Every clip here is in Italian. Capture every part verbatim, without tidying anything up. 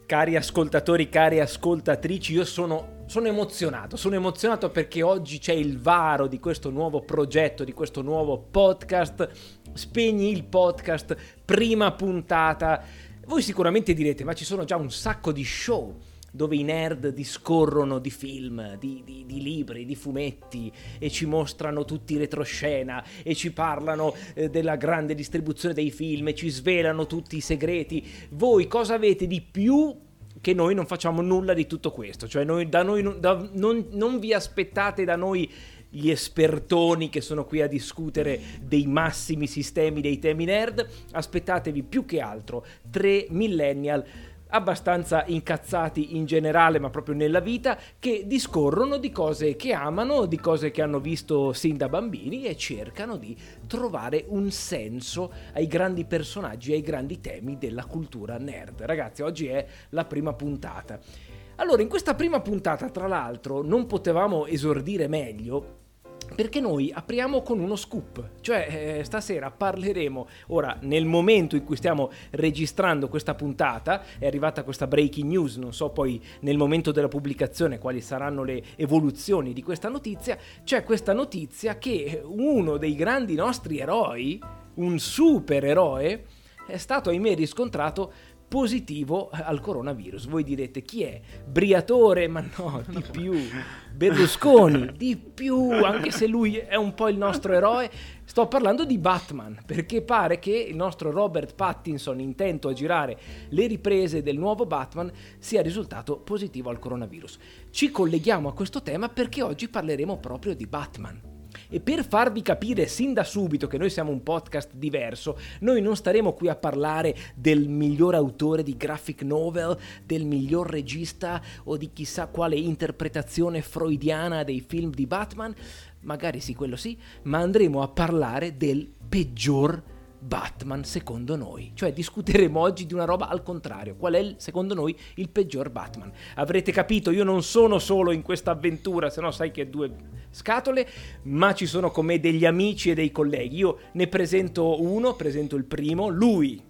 Cari ascoltatori, cari ascoltatrici, io sono, sono emozionato, sono emozionato perché oggi c'è il varo di questo nuovo progetto, di questo nuovo podcast, Spegni il podcast, prima puntata. Voi sicuramente direte, ma ci sono già un sacco di show dove i nerd discorrono di film, di, di, di libri, di fumetti e ci mostrano tutti retroscena e ci parlano eh, della grande distribuzione dei film e ci svelano tutti i segreti. Voi cosa avete di più che noi non facciamo nulla di tutto questo? Cioè noi, da noi da, non, non vi aspettate da noi gli espertoni che sono qui a discutere dei massimi sistemi, dei temi nerd. Aspettatevi più che altro tre millennial abbastanza incazzati in generale, ma proprio nella vita, che discorrono di cose che amano, di cose che hanno visto sin da bambini e cercano di trovare un senso ai grandi personaggi, ai grandi temi della cultura nerd. Ragazzi, oggi è la prima puntata. Allora, in questa prima puntata, tra l'altro, non potevamo esordire meglio perché noi apriamo con uno scoop, cioè eh, stasera parleremo, ora nel momento in cui stiamo registrando questa puntata, è arrivata questa breaking news, non so poi nel momento della pubblicazione quali saranno le evoluzioni di questa notizia, c'è questa notizia che uno dei grandi nostri eroi, un supereroe, è stato ahimè riscontrato positivo al coronavirus. Voi direte, chi è? Briatore? Ma no, di più. Berlusconi? Di più, anche se lui è un po' il nostro eroe. Sto parlando di Batman, perché pare che il nostro Robert Pattinson, intento a girare le riprese del nuovo Batman, sia risultato positivo al coronavirus. Ci colleghiamo a questo tema perché oggi parleremo proprio di Batman. E per farvi capire sin da subito che noi siamo un podcast diverso, noi non staremo qui a parlare del miglior autore di graphic novel, del miglior regista o di chissà quale interpretazione freudiana dei film di Batman, magari sì, quello sì, ma andremo a parlare del peggior Batman secondo noi, cioè discuteremo oggi di una roba al contrario. Qual è secondo noi il peggior Batman? Avrete capito, io non sono solo in questa avventura, se no sai che due scatole, ma ci sono con me degli amici e dei colleghi. Io ne presento uno, presento il primo. Lui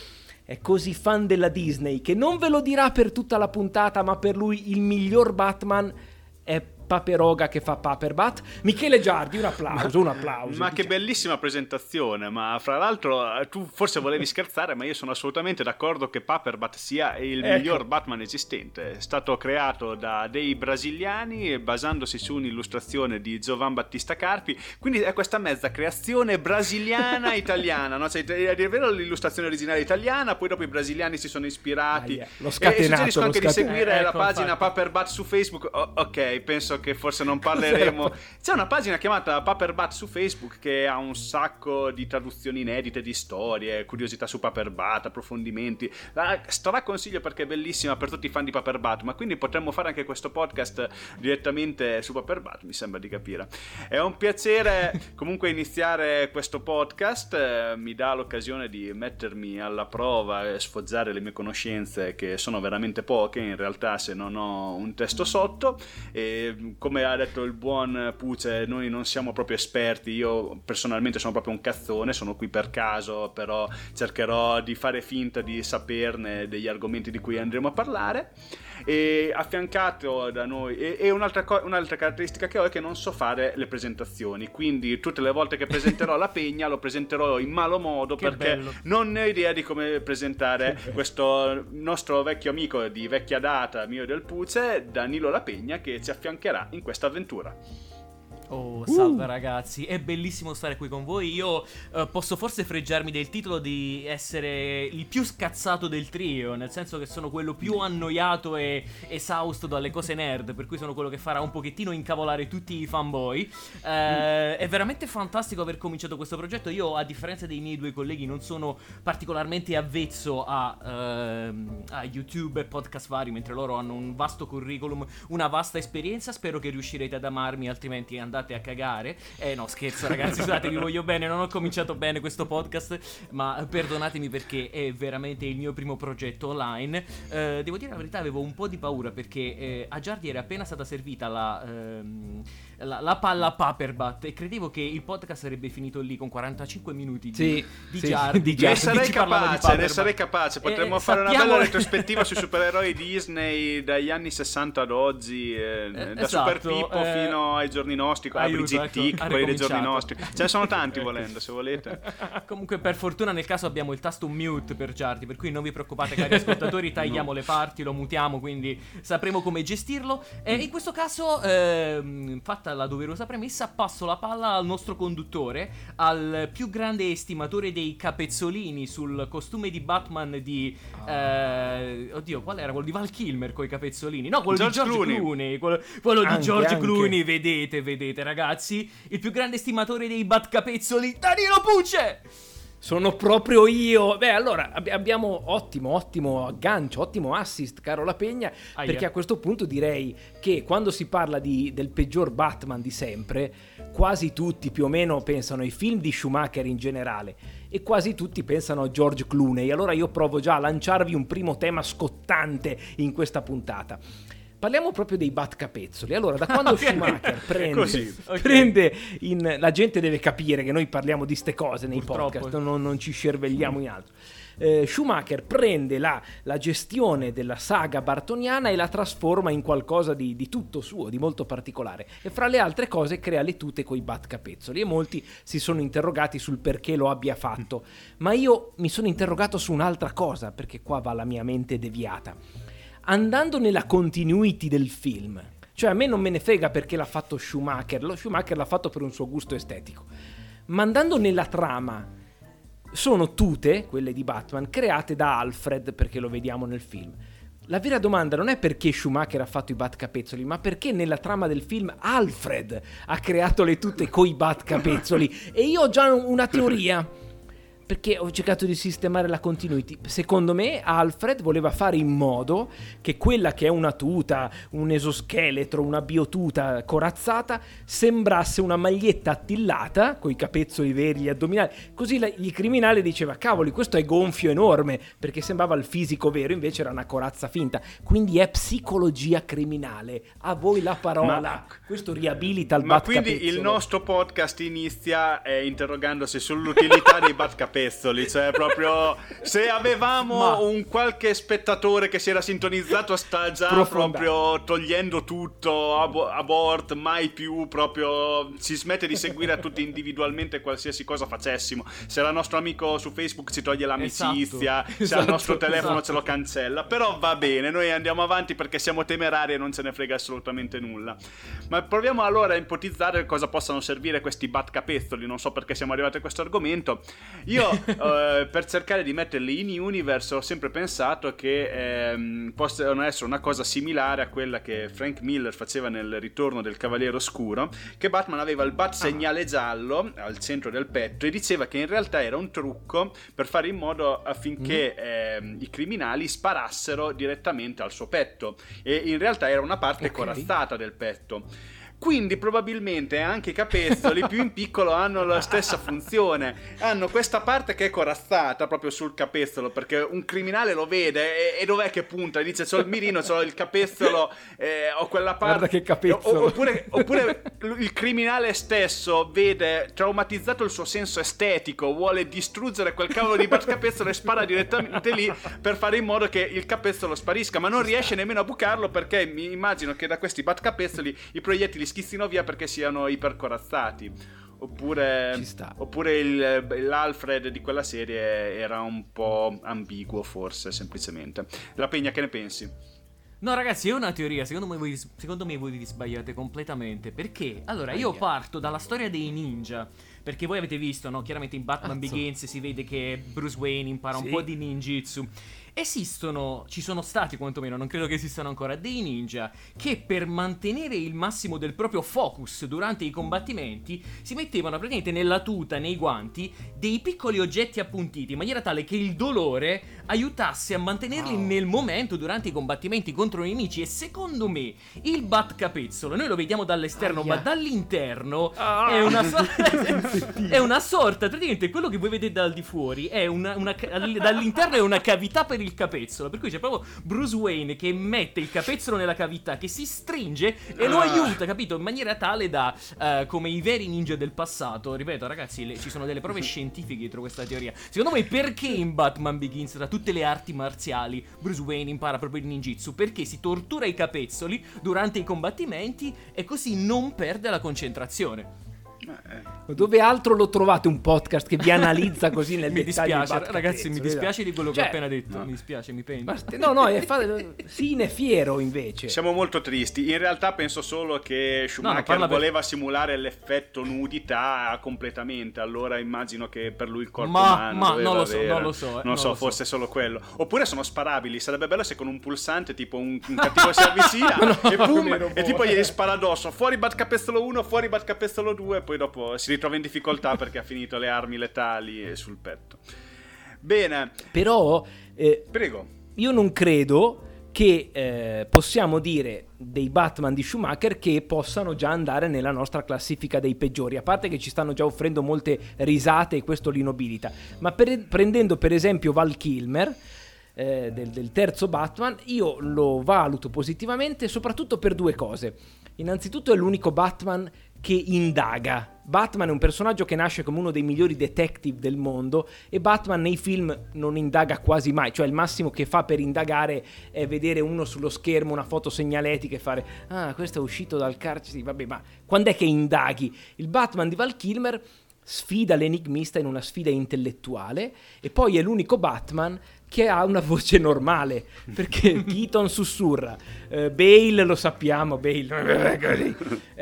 è così fan della Disney che non ve lo dirà per tutta la puntata, ma per lui il miglior Batman è Paperoga che fa Paperbat. Michele Giardi, un applauso, un applauso. Ma che bellissima presentazione, ma fra l'altro tu forse volevi scherzare, ma io sono assolutamente d'accordo che Paperbat sia il ecco. miglior Batman esistente. È stato creato da dei brasiliani basandosi su un'illustrazione di Giovan Battista Carpi, quindi è questa mezza creazione brasiliana italiana, no? Cioè, è vero l'illustrazione originale italiana, poi dopo i brasiliani si sono ispirati. Ah, yeah. Lo scatenato, e suggerisco anche lo di seguire eh, la ecco, pagina infatti. Paperbat su Facebook. Oh, ok, penso che forse non parleremo. C'è una pagina chiamata Paperbat su Facebook che ha un sacco di traduzioni inedite di storie, curiosità su Paperbat, approfondimenti. La straconsiglio perché è bellissima per tutti i fan di Paperbat, ma quindi potremmo fare anche questo podcast direttamente su Paperbat, mi sembra di capire. È un piacere comunque iniziare questo podcast, eh, mi dà l'occasione di mettermi alla prova e sfoggiare le mie conoscenze, che sono veramente poche in realtà se non ho un testo sotto. E come ha detto il buon Puce, noi non siamo proprio esperti, io personalmente sono proprio un cazzone, sono qui per caso, però cercherò di fare finta di saperne degli argomenti di cui andremo a parlare. E affiancato da noi e, e un'altra, co- un'altra caratteristica che ho è che non so fare le presentazioni, quindi tutte le volte che presenterò la Pegna lo presenterò in malo modo che perché bello. non ne ho idea di come presentare questo nostro vecchio amico di vecchia data, mio del Puce, Danilo La Pegna, che ci affiancherà in questa avventura. Oh, salve uh. ragazzi, è bellissimo stare qui con voi. Io uh, posso forse fregiarmi del titolo di essere il più scazzato del trio, nel senso che sono quello più annoiato e esausto dalle cose nerd, per cui sono quello che farà un pochettino incavolare tutti i fanboy. uh, mm. È veramente fantastico aver cominciato questo progetto. Io, a differenza dei miei due colleghi, non sono particolarmente avvezzo a, uh, a YouTube e podcast vari, mentre loro hanno un vasto curriculum, una vasta esperienza. Spero che riuscirete ad amarmi, altrimenti andate a cagare. Eh no, scherzo ragazzi, scusate, vi voglio bene, non ho cominciato bene questo podcast, ma perdonatemi perché è veramente il mio primo progetto online. eh, Devo dire la verità, avevo un po' di paura perché eh, a Giardi era appena stata servita la... Ehm, la, la palla a Paperbat e credevo che il podcast sarebbe finito lì con quarantacinque minuti di, sì, di sì, Giardi. di Ne sarei capace, ne sarei capace. Potremmo eh, fare sappiamo... una bella retrospettiva sui supereroi Disney dagli anni sessanta ad oggi, eh, eh, da esatto, Super Pippo eh, fino ai giorni nostri, a aiuto, Brigitte ecco, quelli dei giorni nostri. Ce ne sono tanti volendo, se volete. Comunque per fortuna nel caso abbiamo il tasto mute per Giardi, per cui non vi preoccupate cari ascoltatori, tagliamo no. le parti, lo mutiamo, quindi sapremo come gestirlo. E in questo caso, ehm, fatta la doverosa premessa, passo la palla al nostro conduttore, al più grande estimatore dei capezzolini sul costume di Batman di eh, oddio, qual era? Quello di Val Kilmer coi capezzolini? No, quello George di George Clooney, Clooney quello, quello anche, di George anche. Clooney. Vedete, vedete ragazzi, il più grande estimatore dei Batcapezzoli, Danilo Pucce. Sono proprio io. Beh, allora ab- abbiamo ottimo, ottimo aggancio, ottimo assist, caro La Pegna, Aia. perché a questo punto direi che quando si parla di, del peggior Batman di sempre, quasi tutti più o meno pensano ai film di Schumacher in generale e quasi tutti pensano a George Clooney. Allora io provo già a lanciarvi un primo tema scottante in questa puntata. Parliamo proprio dei Batcapezzoli. Allora, da quando okay. Schumacher prende, Così. Okay. prende in... La gente deve capire che noi parliamo di ste cose nei Purtroppo. podcast, non, non ci scervegliamo in altro. Eh, Schumacher prende la, la gestione della saga bartoniana e la trasforma in qualcosa di, di tutto suo, di molto particolare. E fra le altre cose crea le tute coi Batcapezzoli. E molti si sono interrogati sul perché lo abbia fatto. Ma io mi sono interrogato su un'altra cosa, perché qua va la mia mente deviata. Andando nella continuity del film, cioè a me non me ne frega perché l'ha fatto Schumacher, lo Schumacher l'ha fatto per un suo gusto estetico, ma andando nella trama sono tute, quelle di Batman, create da Alfred, perché lo vediamo nel film. La vera domanda non è perché Schumacher ha fatto i Batcapezzoli, ma perché nella trama del film Alfred ha creato le tute coi Batcapezzoli. E io ho già una teoria, perché ho cercato di sistemare la continuity. Secondo me Alfred voleva fare in modo che quella che è una tuta, un esoscheletro, una biotuta corazzata sembrasse una maglietta attillata coi capezzoli veri, gli addominali, così la, il criminale diceva cavoli, questo è gonfio enorme, perché sembrava il fisico vero, invece era una corazza finta. Quindi è psicologia criminale. A voi la parola. Ma, questo riabilita il ma Batcapezzolo. quindi il nostro podcast inizia eh, interrogandosi sull'utilità dei Batcapezzoli. Cioè proprio se avevamo Ma... un qualche spettatore che si era sintonizzato sta già Profonda. proprio togliendo tutto, ab- abort, mai più, proprio si smette di seguire a tutti individualmente qualsiasi cosa facessimo. Se era nostro amico su Facebook ci toglie l'amicizia, esatto. se esatto, al nostro telefono esatto. ce lo cancella, però va bene, noi andiamo avanti perché siamo temerari e non ce ne frega assolutamente nulla. Ma proviamo allora a ipotizzare cosa possano servire questi Batcapezzoli. Non so perché siamo arrivati a questo argomento. Io Uh, per cercare di metterli in universe ho sempre pensato che ehm, possano essere una cosa similare a quella che Frank Miller faceva nel Ritorno del Cavaliere Oscuro, che Batman aveva il bat segnale giallo al centro del petto e diceva che in realtà era un trucco per fare in modo affinché mm. ehm, i criminali sparassero direttamente al suo petto, e in realtà era una parte okay. corazzata del petto. Quindi probabilmente anche i capezzoli più in piccolo hanno la stessa funzione, hanno questa parte che è corazzata proprio sul capezzolo, perché un criminale lo vede e, e dov'è che punta? Dice c'ho il mirino, c'ho il capezzolo, eh, ho quella parte. Guarda che capezzolo. Oppure, oppure il criminale stesso vede traumatizzato il suo senso estetico, vuole distruggere quel cavolo di capezzolo e spara direttamente lì per fare in modo che il capezzolo sparisca, ma non riesce nemmeno a bucarlo, perché mi immagino che da questi batcapezzoli i proiettili schizzino via perché siano ipercorazzati. Oppure, oppure il, l'Alfred di quella serie era un po' ambiguo, forse, semplicemente. La Pegna, che ne pensi? No ragazzi, è una teoria, secondo me voi, secondo me voi vi sbagliate completamente. Perché? Allora, io parto dalla storia dei ninja, perché voi avete visto, no? Chiaramente in Batman Azzo. Begins si vede che Bruce Wayne impara sì. un po' di ninjutsu. Esistono, ci sono stati quantomeno, non credo che esistano ancora, dei ninja che per mantenere il massimo del proprio focus durante i combattimenti si mettevano praticamente nella tuta, nei guanti, dei piccoli oggetti appuntiti in maniera tale che il dolore aiutasse a mantenerli wow. nel momento durante i combattimenti contro i nemici. E secondo me il Batcapezzolo, noi lo vediamo dall'esterno, ah, yeah. ma dall'interno ah. è una sorta è una sorta, praticamente quello che voi vedete dal di fuori è una, una dall'interno è una cavità per il il capezzolo, per cui c'è proprio Bruce Wayne che mette il capezzolo nella cavità, che si stringe e lo aiuta, capito? In maniera tale da, uh, come i veri ninja del passato, ripeto ragazzi, le, ci sono delle prove scientifiche dietro questa teoria. Secondo me perché in Batman Begins, tra tutte le arti marziali, Bruce Wayne impara proprio il ninjutsu? Perché si tortura i capezzoli durante i combattimenti e così non perde la concentrazione. Dove altro lo trovate un podcast che vi analizza così nel mi dettaglio? Dispiace, ragazzi, mi dispiace di quello cioè, che ho appena detto. no. Mi dispiace, mi pento. Basta, no, no, è fa... sì, ne è fiero invece. Siamo molto tristi. In realtà penso solo che Schumacher no, no, voleva per... simulare l'effetto nudità completamente. Allora immagino che per lui il corpo ma, umano ma doveva non lo so, avere... non lo so, eh, non, non so, lo forse so. solo quello. Oppure sono sparabili. Sarebbe bello se con un pulsante tipo un, un cattivo si avvicina no, e boom, e tipo gli spara addosso. Fuori Batcapezzolo uno, fuori Batcapezzolo due, e poi dopo si ritrova in difficoltà perché ha finito le armi letali sul petto. Bene. Però eh, prego. Io non credo che eh, possiamo dire dei Batman di Schumacher che possano già andare nella nostra classifica dei peggiori, a parte che ci stanno già offrendo molte risate e questo li nobilita, ma per, prendendo per esempio Val Kilmer eh, del, del terzo Batman, io lo valuto positivamente soprattutto per due cose. Innanzitutto è l'unico Batman che indaga. Batman è un personaggio che nasce come uno dei migliori detective del mondo e Batman nei film non indaga quasi mai, cioè il massimo che fa per indagare è vedere uno sullo schermo una foto segnaletica e fare ah, questo è uscito dal carcere, vabbè, ma quando è che indaghi? Il Batman di Val Kilmer sfida l'enigmista in una sfida intellettuale e poi è l'unico Batman che ha una voce normale, perché Keaton sussurra, eh, Bale lo sappiamo, Bale,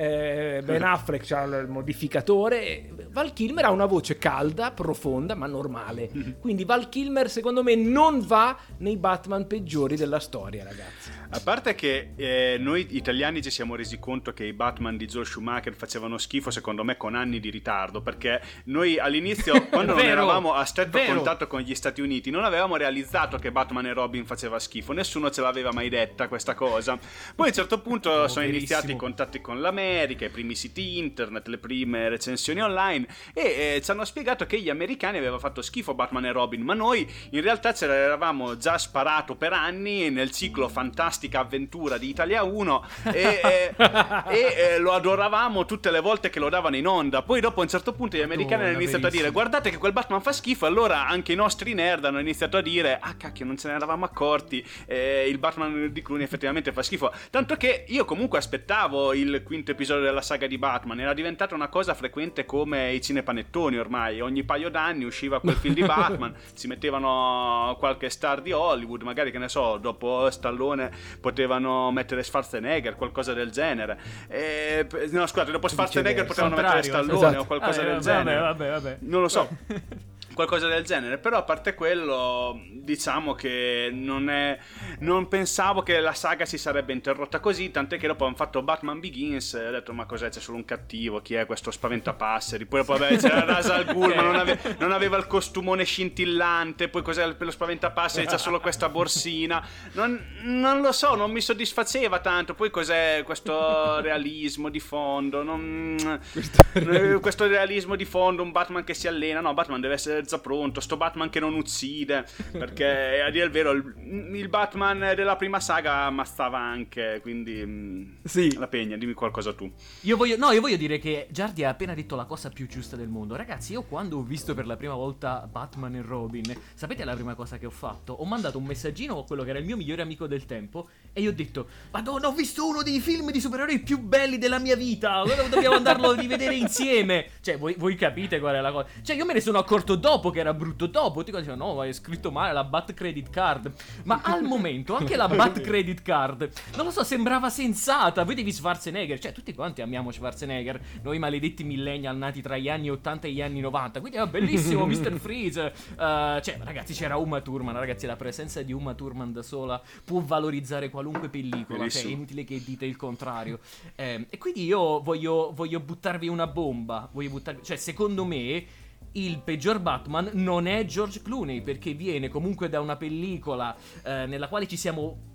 eh, Ben Affleck ha il modificatore, Val Kilmer ha una voce calda, profonda, ma normale. Quindi Val Kilmer secondo me non va nei Batman peggiori della storia, ragazzi. A parte che eh, noi italiani ci siamo resi conto che i Batman di Joel Schumacher facevano schifo, secondo me con anni di ritardo, perché noi all'inizio, quando non vero, eravamo a stretto vero. contatto con gli Stati Uniti, non avevamo realizzato che Batman e Robin faceva schifo, nessuno ce l'aveva mai detta questa cosa. Poi a un certo punto oh, sono verissimo. iniziati i contatti con l'America, i primi siti internet, le prime recensioni online e eh, ci hanno spiegato che gli americani avevano fatto schifo Batman e Robin, ma noi in realtà ce l'eravamo già sparato per anni nel ciclo fantastico avventura di Italia uno e, e, e eh, lo adoravamo tutte le volte che lo davano in onda. Poi dopo a un certo punto gli americani hanno iniziato a dire guardate che quel Batman fa schifo, allora anche i nostri nerd hanno iniziato a dire ah cacchio non ce ne eravamo accorti, eh, il Batman di Clooney effettivamente fa schifo, tanto che io comunque aspettavo il quinto episodio della saga di Batman, era diventata una cosa frequente come i cinepanettoni ormai, ogni paio d'anni usciva quel film di Batman, si mettevano qualche star di Hollywood, magari che ne so, dopo Stallone potevano mettere Schwarzenegger, qualcosa del genere. E, no, scusate, dopo Schwarzenegger potevano mettere Stallone esatto. o qualcosa ah, del vabbè, genere. Vabbè, vabbè. Non lo so. Qualcosa del genere, però a parte quello diciamo che non è non pensavo che la saga si sarebbe interrotta così, tant'è che dopo hanno fatto Batman Begins e ho detto ma cos'è, c'è solo un cattivo, chi è questo spaventapasseri, poi dopo vabbè c'era Ra's al Ghul ma non, ave- non aveva il costumone scintillante, poi cos'è lo spaventapasseri, c'è solo questa borsina, non, non lo so, non mi soddisfaceva tanto, poi cos'è questo realismo di fondo, non... questo, realismo. questo realismo di fondo, un Batman che si allena, no, Batman deve essere già pronto, sto Batman che non uccide, perché a dire il vero il, il Batman della prima saga ammazzava anche, quindi sì. La Pegna, dimmi qualcosa tu. Io voglio, no, io voglio dire che Giardi ha appena detto la cosa più giusta del mondo. Ragazzi, io quando ho visto per la prima volta Batman e Robin, sapete la prima cosa che ho fatto? Ho mandato un messaggino a quello che era il mio migliore amico del tempo e io ho detto Madonna, ho visto uno dei film di supereroi più belli della mia vita, dobbiamo andarlo a rivedere insieme. Cioè, voi, voi capite qual è la cosa? Cioè, io me ne sono accorto dopo che era brutto, dopo ti dicono no, hai scritto male la Bat Credit Card, ma al momento anche la Bat Credit Card non lo so, sembrava sensata. Vedevi Schwarzenegger, cioè tutti quanti amiamo Schwarzenegger, noi maledetti millennial nati tra gli anni ottanta e gli anni novanta, quindi era bellissimo mister Freeze, uh, cioè ragazzi c'era Uma Thurman, ragazzi la presenza di Uma Thurman da sola può valorizzare qualunque pellicola, bellissimo. Cioè è inutile che dite il contrario, eh, e quindi io voglio, voglio buttarvi una bomba, voglio buttarvi, cioè secondo me il peggior Batman non è George Clooney, perché viene comunque da una pellicola eh, nella quale ci siamo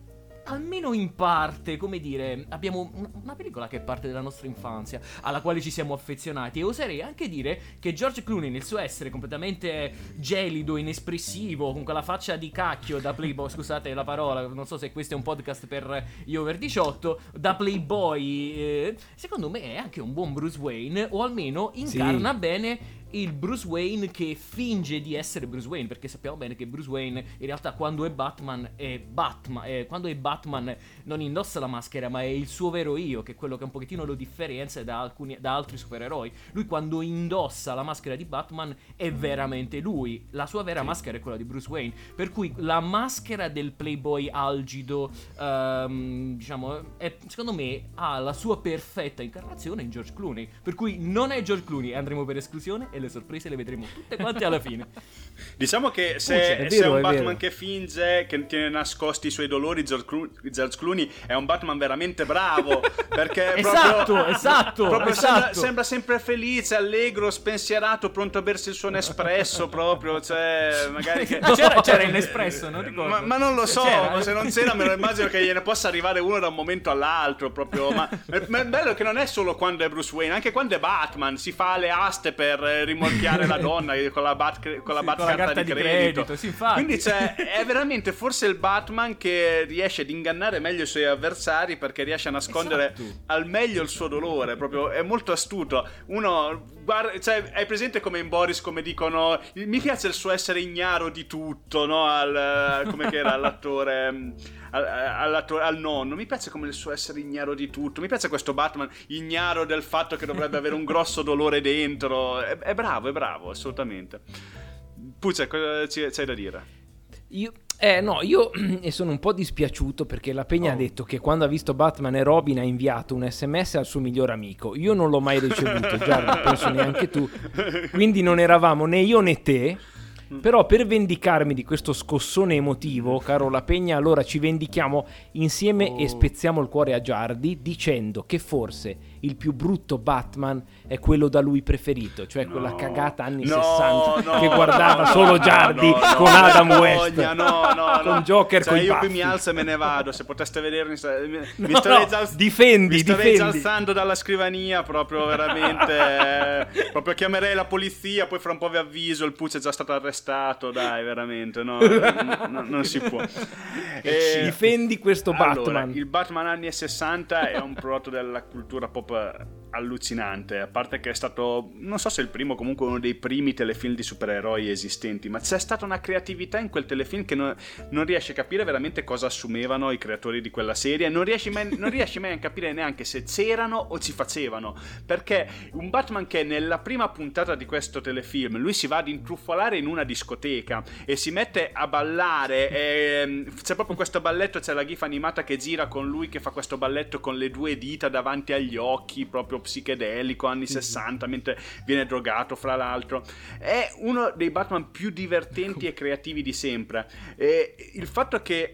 almeno in parte, come dire, abbiamo una pellicola che è parte della nostra infanzia, alla quale ci siamo affezionati, e oserei anche dire che George Clooney, nel suo essere completamente gelido, inespressivo, con quella faccia di cacchio da playboy, scusate la parola, non so se questo è un podcast per gli over diciotto, da playboy, eh, secondo me è anche un buon Bruce Wayne, o almeno incarna sì. bene il Bruce Wayne che finge di essere Bruce Wayne, perché sappiamo bene che Bruce Wayne in realtà quando è Batman è Batman, eh, quando è Batman non indossa la maschera, ma è il suo vero io, che è quello che un pochettino lo differenzia da, alcuni, da altri supereroi. Lui quando indossa la maschera di Batman è veramente lui, la sua vera sì. maschera è quella di Bruce Wayne, per cui la maschera del playboy algido, um, diciamo, è, secondo me ha la sua perfetta incarnazione in George Clooney, per cui non è George Clooney, andremo per esclusione e le sorprese le vedremo tutte quante alla fine. Diciamo che se, Puccia, è se vero, è un è Batman vero. che finge, che tiene nascosti i suoi dolori, George Clooney, George Clooney è un Batman veramente bravo, perché esatto, proprio, esatto, proprio esatto. Sembra, sembra sempre felice, allegro, spensierato, pronto a bersi il suo Nespresso proprio, cioè magari che... c'era, c'era il Nespresso, non ricordo. Ma, ma non lo so, c'era. se non c'era me lo immagino che gliene possa arrivare uno da un momento all'altro proprio, ma, ma il bello è che non è solo quando è Bruce Wayne, anche quando è Batman si fa le aste per rimorchiare la donna con la bat, con la sì, bat con la carta carta di di credito, credito sì, infatti. Quindi cioè, è veramente forse il Batman che riesce ad ingannare meglio i suoi avversari, perché riesce a nascondere esatto. al meglio il suo dolore, proprio è molto astuto. Uno guarda, cioè, hai presente come in Boris, come dicono, mi piace il suo essere ignaro di tutto, no? Al, come che era l'attore, al, all'attore, al nonno, mi piace come il suo essere ignaro di tutto, mi piace questo Batman ignaro del fatto che dovrebbe avere un grosso dolore dentro, è, è bravo, è bravo, assolutamente. Puccia, cosa ci, c'hai da dire? Io, eh no, io e sono un po' dispiaciuto perché la Pegna Oh. ha detto che quando ha visto Batman e Robin ha inviato un sms al suo miglior amico. Io non l'ho mai ricevuto, Gianni, penso neanche tu. Quindi non eravamo né io né te. Però per vendicarmi di questo scossone emotivo, caro La Pegna, allora ci vendichiamo insieme Oh. e spezziamo il cuore a Giardi dicendo che forse il più brutto Batman è quello da lui preferito, cioè quella No. cagata anni No, sessanta no, che guardava no, solo no, Giardi no, no, con no, Adam no, West, no, no, no, con no. Joker, Cioè, coi io qui baffi. mi alzo e me ne vado, se poteste vedermi mi, mi No, starei no, già alz- difendi, mi starei difendi. già alzando dalla scrivania proprio veramente eh, proprio chiamerei la polizia, poi fra un po' vi avviso, il Puccia è già stato arrestato, dai, veramente no, no, no, non si può. E difendi questo allora, Batman. il Batman anni sessanta è un prodotto della cultura pop allucinante, a parte che è stato, non so se il primo, comunque uno dei primi telefilm di supereroi esistenti, ma c'è stata una creatività in quel telefilm che non, non riesci a capire veramente cosa assumevano i creatori di quella serie, non riesci mai, non riesci mai a capire neanche se c'erano o ci facevano, perché un Batman che nella prima puntata di questo telefilm lui si va ad intrufolare in una discoteca e si mette a ballare, e c'è proprio questo balletto, c'è la gif animata che gira con lui che fa questo balletto con le due dita davanti agli occhi, proprio psichedelico anni sessanta, mentre viene drogato fra l'altro. È uno dei Batman più divertenti e creativi di sempre, e il fatto che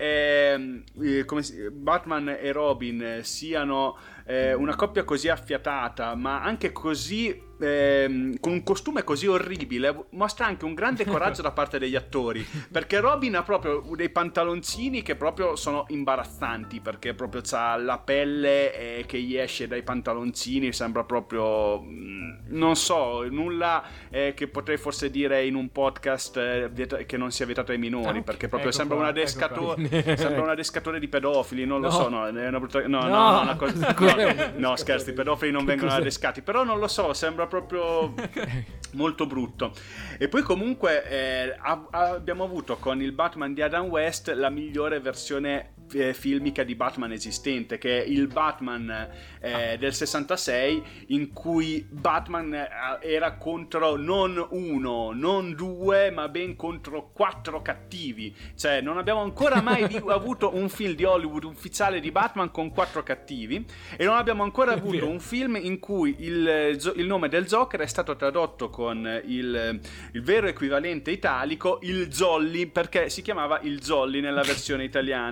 eh, come si, Batman e Robin siano eh, una coppia così affiatata, ma anche così eh, con un costume così orribile, mostra anche un grande coraggio da parte degli attori, perché Robin ha proprio dei pantaloncini che proprio sono imbarazzanti, perché proprio c'ha la pelle eh, che gli esce dai pantaloncini, sembra proprio non so, nulla eh, che potrei forse dire in un podcast eh, vieta- che non sia vietato ai minori, ah, perché proprio ecco sembra qua, un adescatore ecco sembra un adescatore di pedofili, non lo No. so, no, è una brutta no, no, No. no, una cosa, no, no scherzi, i pedofili non vengono Cos'è? adescati, però non lo so, sembra proprio molto brutto. E poi comunque eh, ab- abbiamo avuto con il Batman di Adam West la migliore versione eh, filmica di Batman esistente, che è il Batman eh, del sessantasei, in cui Batman eh, era contro non uno, non due, ma ben contro quattro cattivi. Cioè non abbiamo ancora mai vi- avuto un film di Hollywood ufficiale di Batman con quattro cattivi, e non abbiamo ancora avuto un film in cui il, il nome del Joker è stato tradotto con il, il vero equivalente italico, il Jolly, perché si chiamava il Jolly nella versione italiana.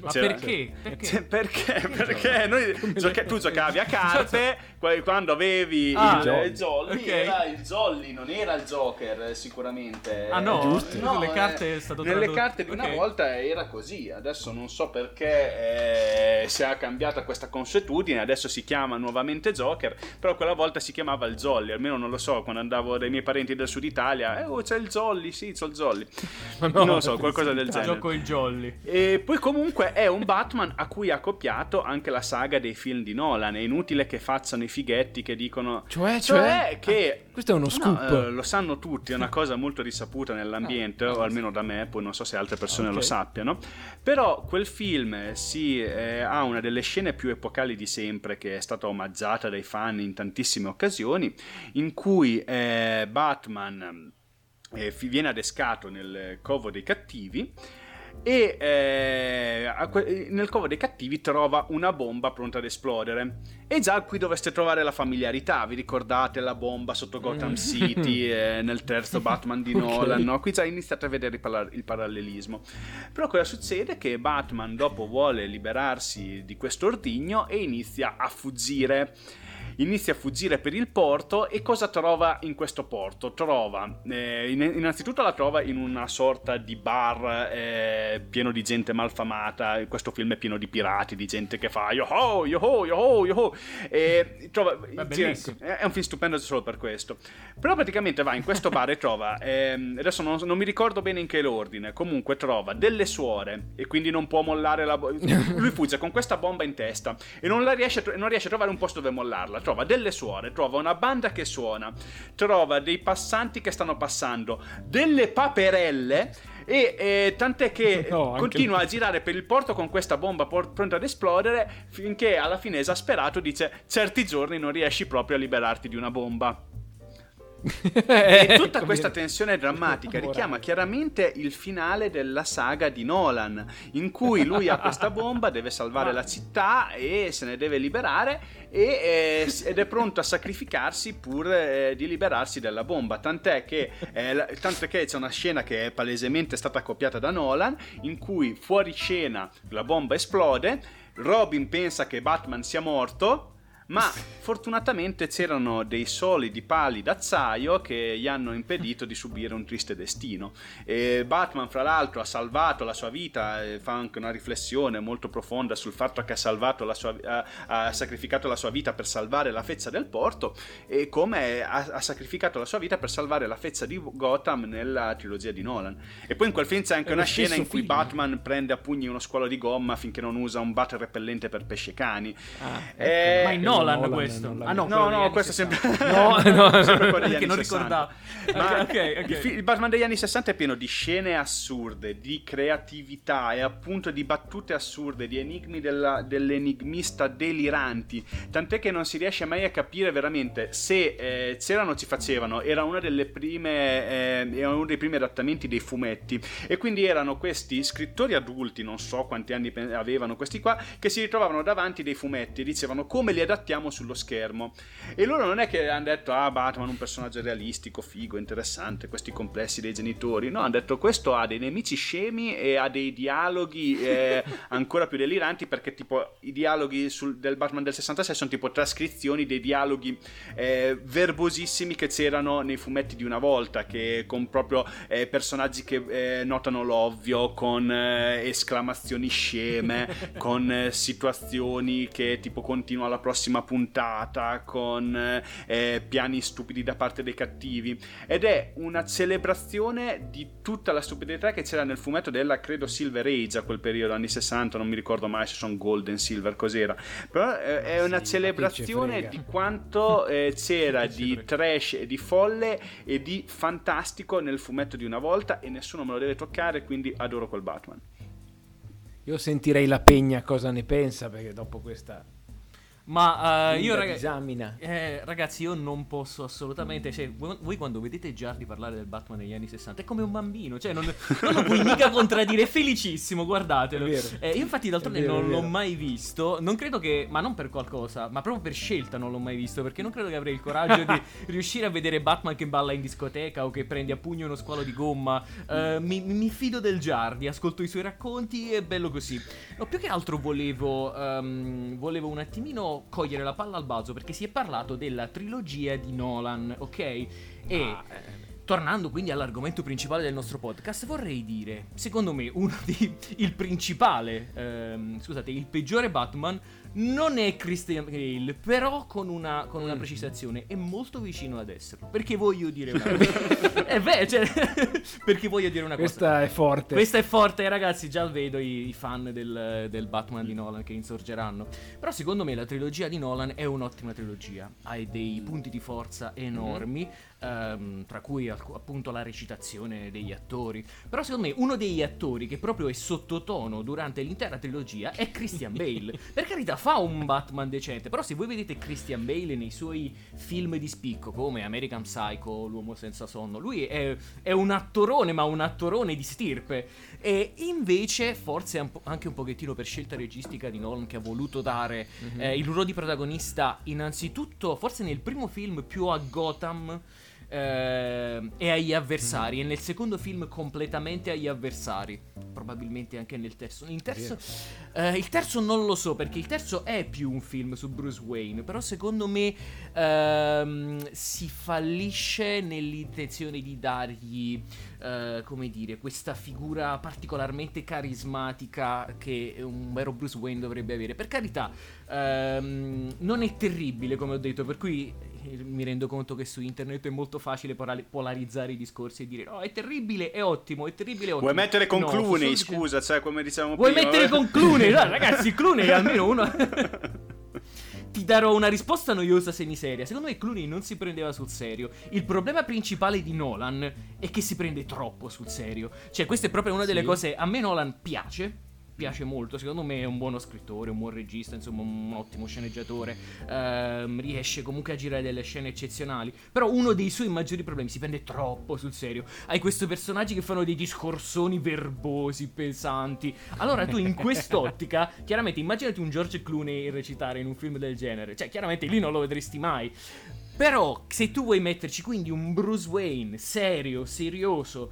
Ma C'era- perché? Perché? Cioè, perché? Perché noi gioca- tu giocavi a carte qua- quando avevi Ah, il Jolly. il Jolly, Ok. era il Jolly, non era il Joker eh, sicuramente. Ah, no? Giusto. No, Nelle eh, carte è stato nelle tradotto. carte di una Ok. volta era così, adesso non so perché eh, si è cambiata questa consuetudine, adesso si chiama nuovamente Joker, però quella volta si chiamava il Jolly, almeno non lo so, quando andavo dai miei parenti del sud Italia, eh, oh, c'è il Jolly, sì, c'ho il Jolly. Ma no, non lo so, qualcosa del genere. Gioco il Jolly. E poi comunque è un Batman a cui ha copiato anche la saga dei film di Nolan. È inutile che facciano i fighetti che dicono Cioè, cioè cioè? che Ah, questo è uno No, scoop. eh, lo sanno tutti, è una cosa molto risaputa nell'ambiente, Ah, o almeno da me, poi non so se altre persone ok. lo sappiano. Però quel film si eh, ha una delle scene più epocali di sempre, che è stata omaggiata dai fan in tantissime occasioni, in cui eh, Batman eh, fi- viene adescato nel covo dei cattivi e eh, a que- nel covo dei cattivi trova una bomba pronta ad esplodere. E già qui dovreste trovare la familiarità. Vi ricordate la bomba sotto Gotham Mm. City eh, nel terzo Batman di Ok. Nolan, no? Qui già iniziate a vedere il, pala- il parallelismo. Però cosa succede? Che Batman dopo vuole liberarsi di questo ordigno e inizia a fuggire. Inizia a fuggire per il porto e cosa trova in questo porto? Trova, eh, in- innanzitutto la trova in una sorta di bar eh, pieno di gente malfamata. Questo film è pieno di pirati, di gente che fa yo-ho, yo-ho, yo-ho, yo-ho. E trova, È bellissimo. è un film stupendo solo per questo. Però praticamente va in questo bar e trova, ehm, adesso non, non mi ricordo bene in che ordine, comunque trova delle suore e quindi non può mollare la bomba. Lui fugge con questa bomba in testa e non, la riesce, a tro- non riesce a trovare un posto dove mollarla. Trova delle suore, trova una banda che suona, trova dei passanti che stanno passando, delle paperelle e eh, tant'è che No, anche continua lì. a girare per il porto con questa bomba por- pronta ad esplodere, finché alla fine esasperato dice: certi giorni non riesci proprio a liberarti di una bomba. E tutta questa tensione drammatica richiama chiaramente il finale della saga di Nolan, in cui lui ha questa bomba, deve salvare la città e se ne deve liberare e, eh, ed è pronto a sacrificarsi pur eh, di liberarsi della bomba. Tant'è che, eh, la- tanto che c'è una scena che è palesemente stata copiata da Nolan, in cui fuori scena la bomba esplode, Robin pensa che Batman sia morto, ma fortunatamente c'erano dei solidi pali d'acciaio che gli hanno impedito di subire un triste destino. E Batman, fra l'altro, ha salvato la sua vita e fa anche una riflessione molto profonda sul fatto che ha salvato la sua, ha, ha sacrificato la sua vita per salvare la fezza del porto e come ha, ha sacrificato la sua vita per salvare la fezza di Gotham nella trilogia di Nolan. E poi in quel film c'è anche È una lo scena stesso in cui film. Batman prende a pugni uno squalo di gomma finché non usa un bat repellente per pesce cani. Ah, Eh, Ma in quello Nolan, Nolan, questo. non l'ha Ah no, No, quello degli no, anni questo è sempre sessanta. No, no, sempre quello degli Perché anni non sessanta. ricordavo. Ma Ok, ok, ok. Il, fi- il Batman degli anni sessanta è pieno di scene assurde, di creatività e appunto di battute assurde, di enigmi della- dell'enigmista deliranti, tant'è che non si riesce mai a capire veramente se eh, c'erano o ci facevano. Era una delle prime eh, era uno dei primi adattamenti dei fumetti e quindi erano questi scrittori adulti, non so quanti anni pe- avevano questi qua, che si ritrovavano davanti dei fumetti e dicevano: come li adattiamo sullo schermo? E loro non è che hanno detto: ah, Batman un personaggio realistico, figo, interessante, questi complessi dei genitori. No, hanno detto: questo ha dei nemici scemi e ha dei dialoghi eh, ancora più deliranti, perché tipo i dialoghi sul, del Batman del sessantasei sono tipo trascrizioni dei dialoghi eh, verbosissimi che c'erano nei fumetti di una volta, che con proprio eh, personaggi che eh, notano l'ovvio, con eh, esclamazioni sceme, con eh, situazioni che tipo continua la prossima puntata, con eh, piani stupidi da parte dei cattivi, ed è una celebrazione di tutta la stupidità che c'era nel fumetto della, credo, Silver Age a quel periodo, anni sessanta, non mi ricordo mai se sono Golden, Silver, cos'era, però eh, è una Sì, celebrazione frega. di quanto eh, c'era Che ci di frega. trash e di folle e di fantastico nel fumetto di una volta e nessuno me lo deve toccare, quindi adoro quel Batman. Io sentirei la Pegna cosa ne pensa, perché dopo questa... Ma uh, io ragazzi, raga- eh, ragazzi, io non posso assolutamente. Cioè, voi, voi quando vedete Giardi parlare del Batman negli anni sessanta è come un bambino. Cioè, non, non lo puoi mica contraddire. È felicissimo, guardatelo. Eh, io, infatti, d'altronde vero, non l'ho mai visto. Non credo che. Ma non per qualcosa, ma proprio per scelta non l'ho mai visto. Perché non credo che avrei il coraggio di riuscire a vedere Batman che balla in discoteca o che prende a pugno uno squalo di gomma. Eh, mi, mi fido del Giardi, ascolto i suoi racconti. È bello così. No, più che altro volevo. Um, volevo un attimino cogliere la palla al balzo, perché si è parlato della trilogia di Nolan, ok? E ah, eh. tornando quindi all'argomento principale del nostro podcast, vorrei dire, secondo me, uno di il principale, ehm, scusate, il peggiore Batman non è Christian Bale, però con una, con una precisazione, è molto vicino ad esserlo. Perché voglio dire una cosa. eh beh, cioè, perché voglio dire una cosa. Questa è forte. Questa è forte, ragazzi, già vedo i, i fan del, del Batman di Nolan che insorgeranno. Però secondo me la trilogia di Nolan è un'ottima trilogia. Ha dei punti di forza enormi, ehm, tra cui appunto la recitazione degli attori. Però secondo me uno degli attori che proprio è sottotono durante l'intera trilogia è Christian Bale. Per carità, fa un Batman decente, però se voi vedete Christian Bale nei suoi film di spicco come American Psycho, L'uomo senza sonno, lui è, è un attorone, ma un attorone di stirpe. E invece forse anche un pochettino per scelta registica di Nolan, che ha voluto dare mm-hmm. eh, il ruolo di protagonista innanzitutto forse nel primo film più a Gotham eh, e agli avversari, mm-hmm. e nel secondo film completamente agli avversari, probabilmente anche nel terzo. Il terzo, eh, il terzo non lo so, perché il terzo è più un film su Bruce Wayne, però secondo me ehm, si fallisce nell'intenzione di dargli Uh, come dire, questa figura particolarmente carismatica che un vero Bruce Wayne dovrebbe avere. Per carità, um, non è terribile, come ho detto, per cui mi rendo conto che su internet è molto facile polarizzare i discorsi e dire no, è terribile, è ottimo, è terribile, è ottimo. Vuoi mettere con no, Clooney, scusa, cioè come dicevamo Vuoi prima. Vuoi mettere con Clooney? No, ragazzi, Clooney è almeno uno... Ti darò una risposta noiosa semiseria. Secondo me Clooney non si prendeva sul serio. Il problema principale di Nolan è che si prende troppo sul serio. Cioè, questa è proprio una delle sì. cose. A me Nolan piace. Piace molto, secondo me è un buono scrittore, un buon regista, insomma un ottimo sceneggiatore, ehm, riesce comunque a girare delle scene eccezionali. Però uno dei suoi maggiori problemi, si prende troppo sul serio. Hai questi personaggi che fanno dei discorsoni verbosi, pesanti. Allora tu in quest'ottica, chiaramente immaginati un George Clooney recitare in un film del genere. Cioè chiaramente lì non lo vedresti mai. Però se tu vuoi metterci quindi un Bruce Wayne serio, serioso,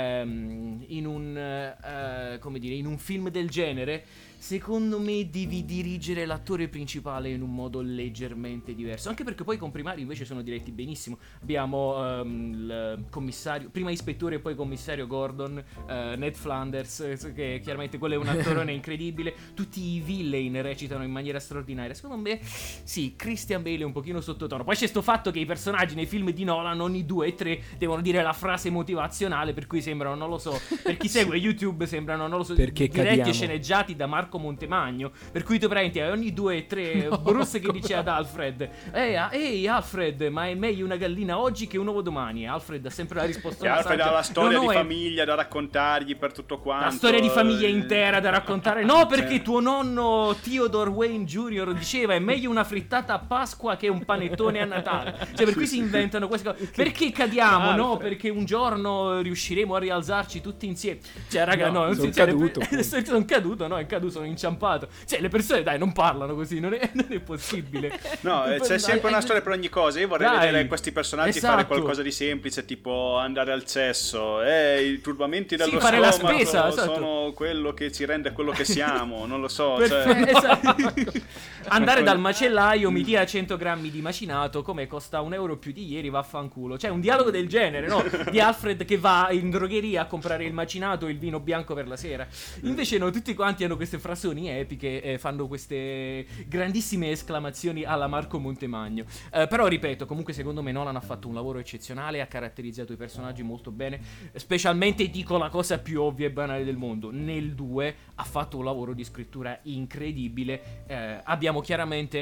ehm, in un uh, come dire, in un film del genere, secondo me devi dirigere l'attore principale in un modo leggermente diverso. Anche perché poi i comprimari invece sono diretti benissimo. Abbiamo um, il commissario, prima ispettore e poi commissario Gordon, uh, Ned Flanders, che chiaramente quello è un attorone incredibile. Tutti i villain recitano in maniera straordinaria. Secondo me sì, Christian Bale è un pochino sottotono. Poi c'è sto fatto che i personaggi nei film di Nolan ogni due e tre devono dire la frase motivazionale, per cui sembrano, non lo so, per chi segue YouTube sembrano, non lo so, perché diretti cadiamo. e sceneggiati da Marco Montemagno, per cui tu prendi ogni due e tre no, Bruce che dice ad Alfred ehi, ehi Alfred, ma è meglio una gallina oggi che un uovo domani. Alfred ha sempre la risposta. E Alfred ha la storia no, no, di è... famiglia da raccontargli per tutto quanto, la storia di famiglia intera da raccontare. No, perché sì. tuo nonno Theodore Wayne Junior diceva è meglio una frittata a Pasqua che un panettone a Natale. Cioè per cui si inventano queste cose. Perché cadiamo? Alfred. No, perché un giorno riusciremo a rialzarci tutti insieme. Cioè raga, no, no non sono si caduto. Sono caduto, no, è caduto, sono inciampato. Cioè le persone dai non parlano così, non è, non è possibile. No, c'è dai, sempre dai, una storia per ogni cosa. Io vorrei dai, vedere questi personaggi esatto. fare qualcosa di semplice, tipo andare al cesso, eh, i turbamenti dello sì, fare la stomaco spesa, esatto. sono quello che ci rende quello che siamo, non lo so, cioè... esatto. Andare dal macellaio, mm. mi dia cento grammi di macinato, come costa un euro più di ieri, vaffanculo. Cioè un dialogo del genere, no? Di Alfred che va in drogheria a comprare il macinato e il vino bianco per la sera. Invece no, tutti quanti hanno queste frasoni epiche, eh, fanno queste grandissime esclamazioni alla Marco Montemagno. Eh, però ripeto, comunque secondo me Nolan ha fatto un lavoro eccezionale, ha caratterizzato i personaggi molto bene, specialmente dico la cosa più ovvia e banale del mondo, nel due ha fatto un lavoro di scrittura incredibile. Eh, abbiamo chiaramente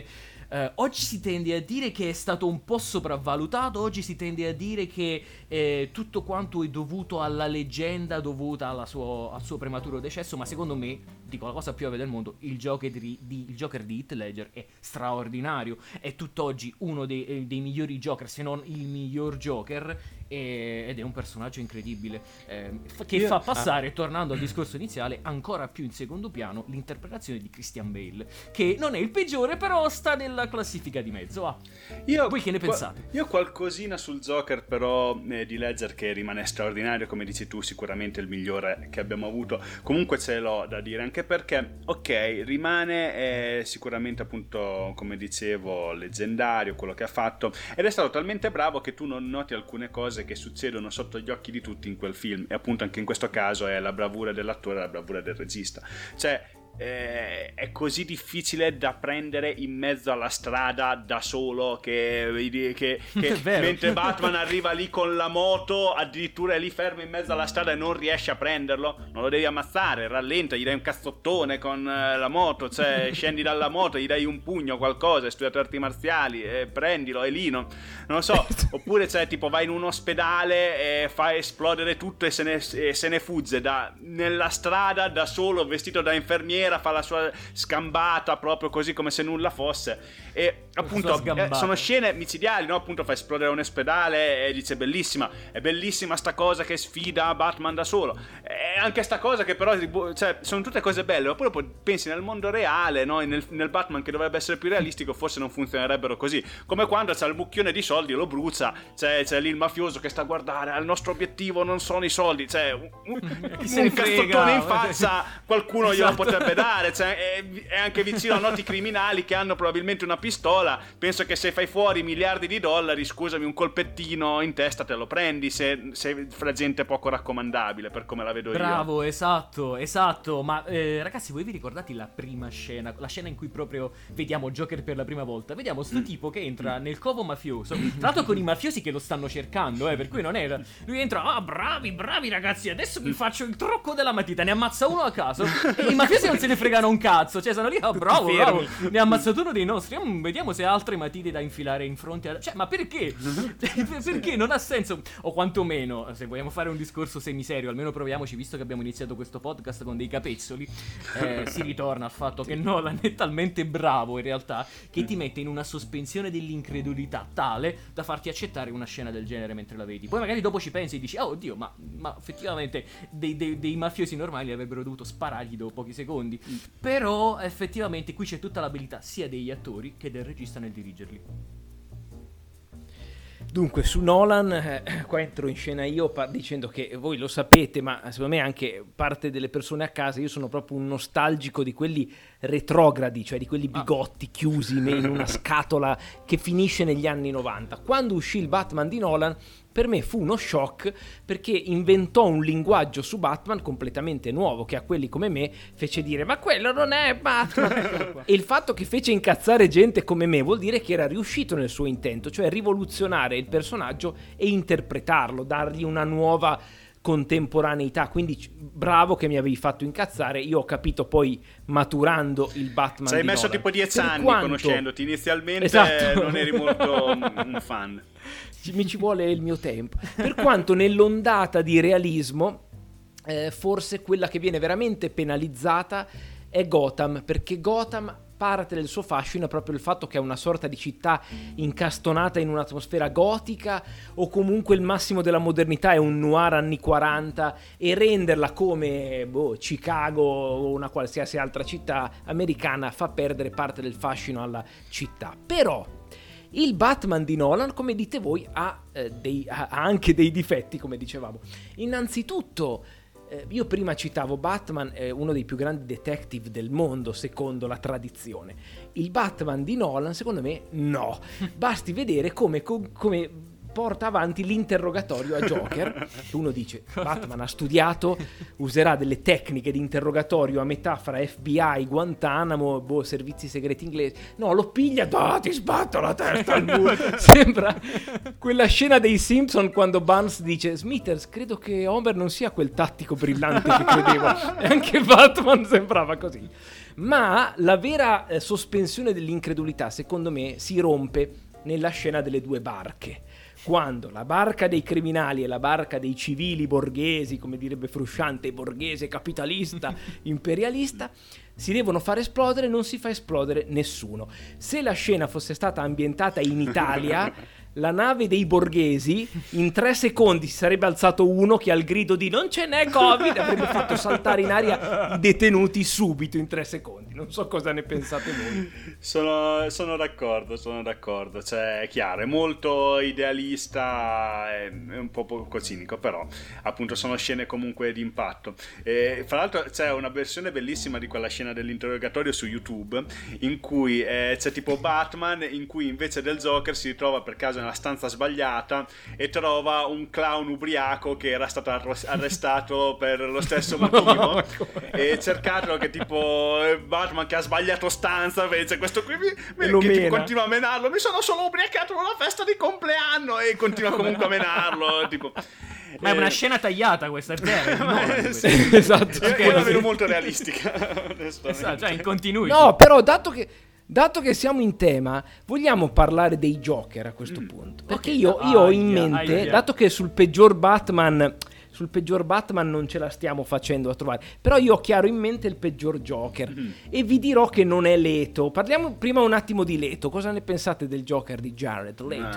Uh, oggi si tende a dire che è stato un po' sopravvalutato, oggi si tende a dire che eh, tutto quanto è dovuto alla leggenda dovuta alla suo, al suo prematuro decesso, ma secondo me, dico la cosa più ovvia del mondo, il Joker di, di, il Joker di Heath Ledger è straordinario, è tutt'oggi uno dei, dei migliori Joker, se non il miglior Joker, e, ed è un personaggio incredibile, eh, che Io, fa passare, ah. tornando al discorso iniziale, ancora più in secondo piano l'interpretazione di Christian Bale, che non è il peggiore, però sta nella classifica di mezzo. Ah. Io, Voi che ne pensate? Io qualcosina sul Joker però eh, di Ledger, che rimane straordinario, come dici tu, sicuramente il migliore che abbiamo avuto. Comunque ce l'ho da dire, anche perché, ok, rimane eh, sicuramente appunto, come dicevo, leggendario quello che ha fatto, ed è stato talmente bravo che tu non noti alcune cose che succedono sotto gli occhi di tutti in quel film, e appunto anche in questo caso è la bravura dell'attore e la bravura del regista. Cioè Eh, è così difficile da prendere in mezzo alla strada da solo che, che, che mentre Batman arriva lì con la moto addirittura è lì fermo in mezzo alla strada e non riesce a prenderlo, non lo devi ammazzare, rallenta, gli dai un cazzottone con la moto, cioè scendi dalla moto, gli dai un pugno, qualcosa, hai studiato arti marziali, eh, prendilo, è lì, no? Non lo so. Oppure cioè tipo vai in un ospedale e fa esplodere tutto e se ne, e se ne fugge da, nella strada da solo vestito da infermiera, fa la sua scambata proprio così come se nulla fosse, e appunto eh, sono scene micidiali, no? Appunto fa esplodere un ospedale e dice bellissima, è bellissima sta cosa che sfida Batman da solo, e anche sta cosa che però cioè, sono tutte cose belle, oppure poi pensi nel mondo reale, no? nel, nel Batman che dovrebbe essere più realistico, forse non funzionerebbero così, come quando c'ha il mucchione di soldi e lo brucia, cioè, c'è lì il mafioso che sta a guardare, il nostro obiettivo non sono i soldi, cioè un, un, un cazzottone in faccia qualcuno glielo esatto. potrebbe dare, cioè, è, è anche vicino a noti criminali che hanno probabilmente una pistola, penso che se fai fuori miliardi di dollari, scusami, un colpettino in testa te lo prendi, se, se fra gente poco raccomandabile, per come la vedo Bravo, io. Bravo, esatto, esatto, ma eh, ragazzi, voi vi ricordate la prima scena, la scena in cui proprio vediamo Joker per la prima volta, vediamo sto mm. tipo che entra nel covo mafioso, tra l'altro con i mafiosi che lo stanno cercando, eh, per cui non era, lui entra, ah bravi, bravi ragazzi, adesso vi faccio il trucco della matita, ne ammazza uno a caso, e i mafiosi non se ne fregano un cazzo, cioè sono lì, oh, bravo, bravo, ne ha ammazzato uno dei nostri, mm, vediamo se ha altre matite da infilare in fronte a... Cioè, ma perché? Perché? Non ha senso, o quantomeno, se vogliamo fare un discorso semiserio, almeno proviamoci, visto che abbiamo iniziato questo podcast con dei capezzoli, eh, si ritorna al fatto che Nolan è talmente bravo in realtà che ti mette in una sospensione dell'incredulità tale da farti accettare una scena del genere mentre la vedi. Poi magari dopo ci pensi e dici, oh oddio, ma, ma effettivamente dei, dei, dei mafiosi normali avrebbero dovuto sparargli dopo pochi secondi. Però effettivamente qui c'è tutta l'abilità sia degli attori che del regista nel dirigerli. Dunque, su Nolan, eh, qua entro in scena io par- dicendo che voi lo sapete, ma secondo me anche parte delle persone a casa, io sono proprio un nostalgico di quelli retrogradi, cioè di quelli bigotti chiusi in una scatola che finisce negli anni novanta. Quando uscì il Batman di Nolan, per me fu uno shock, perché inventò un linguaggio su Batman completamente nuovo, che a quelli come me fece dire ma quello non è Batman. E il fatto che fece incazzare gente come me vuol dire che era riuscito nel suo intento, cioè rivoluzionare il personaggio e interpretarlo, dargli una nuova contemporaneità. Quindi bravo che mi avevi fatto incazzare. Io ho capito poi maturando il Batman ci hai di messo Nolan. tipo dieci per anni quanto... conoscendoti inizialmente, esatto. Non eri molto un fan. Mi ci vuole il mio tempo. Per quanto nell'ondata di realismo eh, forse quella che viene veramente penalizzata è Gotham, perché Gotham, parte del suo fascino è proprio il fatto che è una sorta di città incastonata in un'atmosfera gotica, o comunque il massimo della modernità è un noir anni quaranta, e renderla come boh, Chicago o una qualsiasi altra città americana fa perdere parte del fascino alla città. Però il Batman di Nolan, come dite voi, ha, eh, dei, ha anche dei difetti, come dicevamo. Innanzitutto, eh, io prima citavo Batman, è uno dei più grandi detective del mondo, secondo la tradizione. Il Batman di Nolan, secondo me, no. Basti vedere come, come porta avanti l'interrogatorio a Joker. Uno dice: Batman ha studiato, userà delle tecniche di interrogatorio a metà fra F B I, Guantanamo, boh, servizi segreti inglesi. No, lo piglia, no, ti sbatto la testa al muro. Sembra quella scena dei Simpson quando Barnes dice: Smithers, credo che Homer non sia quel tattico brillante che credevo. E anche Batman sembrava così. Ma la vera eh, sospensione dell'incredulità, secondo me, si rompe nella scena delle due barche. Quando la barca dei criminali e la barca dei civili borghesi, come direbbe Frusciante, borghese, capitalista, imperialista, si devono far esplodere, non si fa esplodere nessuno. Se la scena fosse stata ambientata in Italia, la nave dei borghesi in tre secondi si sarebbe alzato uno che al grido di "non ce n'è Covid" avrebbe fatto saltare in aria i detenuti subito in tre secondi. Non so cosa ne pensate voi. Sono, sono d'accordo, sono d'accordo. Cioè, è chiaro, è molto idealista, è, è un po' poco cinico, però appunto sono scene comunque di impatto. E, fra l'altro c'è una versione bellissima di quella scena dell'interrogatorio su YouTube in cui eh, c'è tipo Batman in cui invece del Joker si ritrova per caso nella stanza sbagliata e trova un clown ubriaco che era stato arrestato per lo stesso motivo e cercatelo che tipo Batman che ha sbagliato stanza, invece questo qui mi, mi, che tipo continua a menarlo, mi sono solo ubriacato per una festa di compleanno e continua comunque a menarlo tipo. Ma è una scena tagliata questa, è vero? No, sì, esatto. Io, io la vedo molto realistica. Esatto, cioè in continuity. No, però dato che Dato che siamo in tema, vogliamo parlare dei Joker a questo mm. punto. Perché okay. io, io ho in aia, mente, aia. dato che sul peggior Batman, sul peggior Batman non ce la stiamo facendo a trovare, però io ho chiaro in mente il peggior Joker mm. e vi dirò che non è Leto. Parliamo prima un attimo di Leto. Cosa ne pensate del Joker di Jared Leto?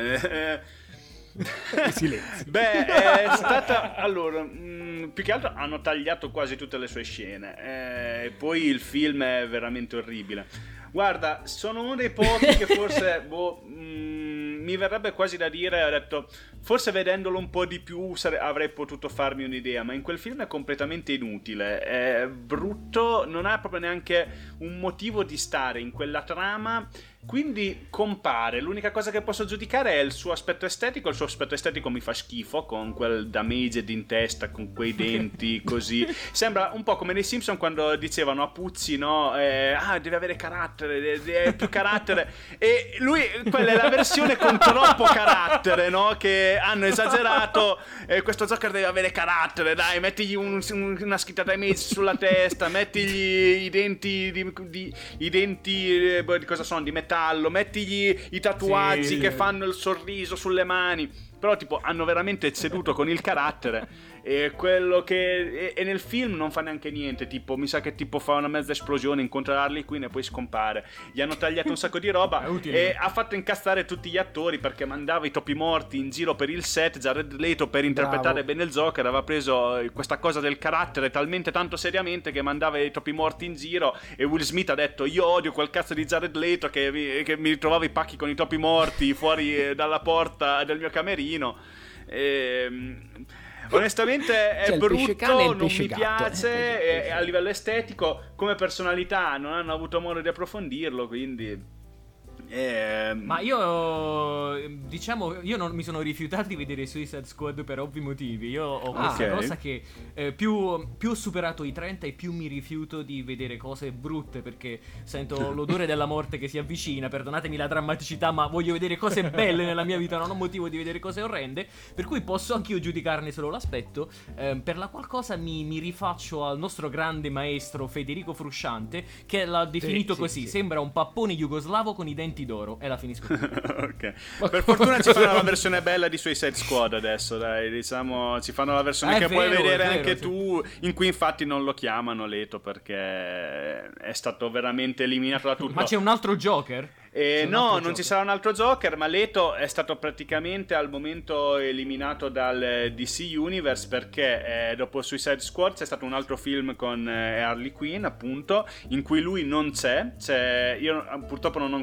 Uh, Silenzio. Beh, è stata allora mh, più che altro hanno tagliato quasi tutte le sue scene e eh, poi il film è veramente orribile. Guarda, sono uno dei pochi che forse boh, mh, mi verrebbe quasi da dire, ho detto, forse vedendolo un po' di più sare- avrei potuto farmi un'idea, ma in quel film è completamente inutile, è brutto, non ha proprio neanche un motivo di stare in quella trama, quindi compare. L'unica cosa che posso giudicare è il suo aspetto estetico. Il suo aspetto estetico mi fa schifo, con quel damaged in testa, con quei denti così. Sembra un po' come nei Simpson quando dicevano a Puzzi, no? Eh, ah, deve avere carattere, deve, deve più carattere. E lui, quella è la versione con troppo carattere, no? Che hanno esagerato. Eh, questo Joker deve avere carattere, dai, mettigli un, un, una scritta damage sulla testa, mettigli i denti di, di i denti eh, di cosa sono? Di metallo. Mettigli i tatuaggi sì, che fanno il sorriso sulle mani. Però tipo hanno veramente ceduto con il carattere. E quello che e, e nel film non fa neanche niente. Tipo mi sa che tipo fa una mezza esplosione, incontra Harley Quinn e poi scompare. Gli hanno tagliato un sacco di roba e ha fatto incazzare tutti gli attori, perché mandava i topi morti in giro per il set. Jared Leto, per interpretare Bravo. bene il Joker, aveva preso questa cosa del carattere talmente tanto seriamente che mandava i topi morti in giro. E Will Smith ha detto: io odio quel cazzo di Jared Leto che mi, che mi ritrovava i pacchi con i topi morti fuori dalla porta del mio camerino. E onestamente è cioè, brutto, non mi gatto, piace eh, a livello estetico. Come personalità non hanno avuto modo di approfondirlo, quindi eh... ma io diciamo io non mi sono rifiutato di vedere Suicide Squad per ovvi motivi. Io ho questa okay. cosa che eh, più, più ho superato i trenta e più mi rifiuto di vedere cose brutte, perché sento l'odore della morte che si avvicina. Perdonatemi la drammaticità, ma voglio vedere cose belle nella mia vita, non ho motivo di vedere cose orrende, per cui posso anch'io giudicarne solo l'aspetto. eh, Per la qualcosa mi, mi rifaccio al nostro grande maestro Federico Frusciante, che l'ha definito sì, così sì, sì. Sembra un pappone jugoslavo con i denti d'oro, e la finisco qui. Ok. Per fortuna ci fanno la versione bella di Suicide Squad adesso, dai, diciamo, ci fanno la versione ah, che vero, puoi vedere vero, anche sì. tu, in cui infatti non lo chiamano Leto perché è stato veramente eliminato da tutto. Ma c'è un altro Joker? Eh, un no, altro non Joker. ci sarà un altro Joker, ma Leto è stato praticamente al momento eliminato dal D C Universe perché eh, dopo Suicide Squad c'è stato un altro film con eh, Harley Quinn, appunto, in cui lui non c'è. c'è io purtroppo non ho ancora visto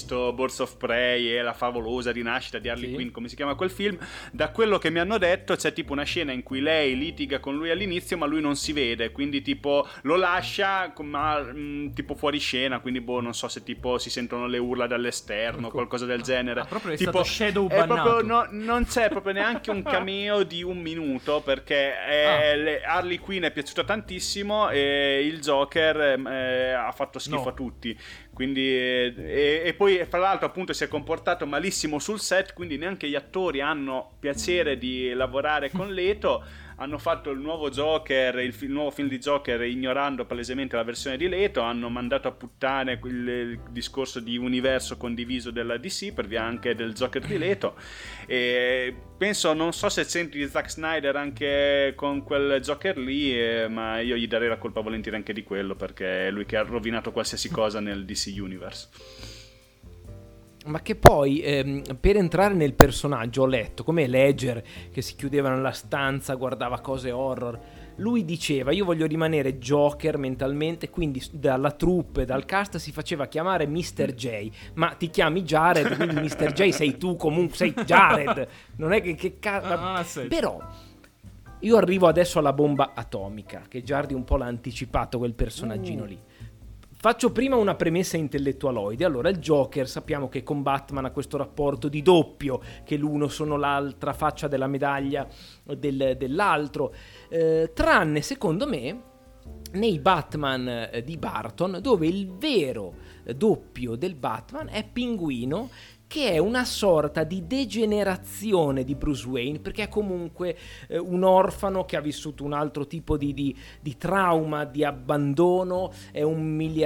visto Birds of Prey e la favolosa rinascita di Harley sì. Quinn, come si chiama quel film, da quello che mi hanno detto c'è tipo una scena in cui lei litiga con lui all'inizio ma lui non si vede, quindi tipo lo lascia ma mh, tipo fuori scena, quindi boh, non so se tipo si sentono le urla dall'esterno o Ecco. qualcosa del genere. Ah, proprio è tipo, stato shadow è bannato. proprio, no, non c'è proprio neanche un cameo di un minuto, perché è, Ah. le, Harley Quinn è piaciuta tantissimo e il Joker eh, ha fatto schifo No. a tutti, quindi e, e poi fra l'altro appunto si è comportato malissimo sul set, quindi neanche gli attori hanno piacere di lavorare con Leto. Hanno fatto il nuovo Joker, il, fi- il nuovo film di Joker ignorando palesemente la versione di Leto, hanno mandato a puttane il, il discorso di universo condiviso della D C per via anche del Joker di Leto, e penso, non so se senti di Zack Snyder anche con quel Joker lì, eh, ma io gli darei la colpa volentieri anche di quello, perché è lui che ha rovinato qualsiasi cosa nel D C Universe. Ma che poi ehm, per entrare nel personaggio ho letto come Ledger che si chiudeva nella stanza, guardava cose horror. Lui diceva: io voglio rimanere Joker mentalmente, quindi dalla troupe, dal cast si faceva chiamare mister J. Ma ti chiami Jared, quindi mister J sei tu comunque, sei Jared. Non è che, che cazzo. No, non ha senso. Però io arrivo adesso alla bomba atomica, che Giardi un po' l'ha anticipato quel personaggino Uh. lì. Faccio prima una premessa intellettualoide. Allora, il Joker sappiamo che con Batman ha questo rapporto di doppio, che l'uno sono l'altra faccia della medaglia del, dell'altro, eh, tranne secondo me nei Batman eh, di Burton, dove il vero eh, doppio del Batman è Pinguino, che è una sorta di degenerazione di Bruce Wayne, perché è comunque eh, un orfano che ha vissuto un altro tipo di, di, di trauma, di abbandono, è un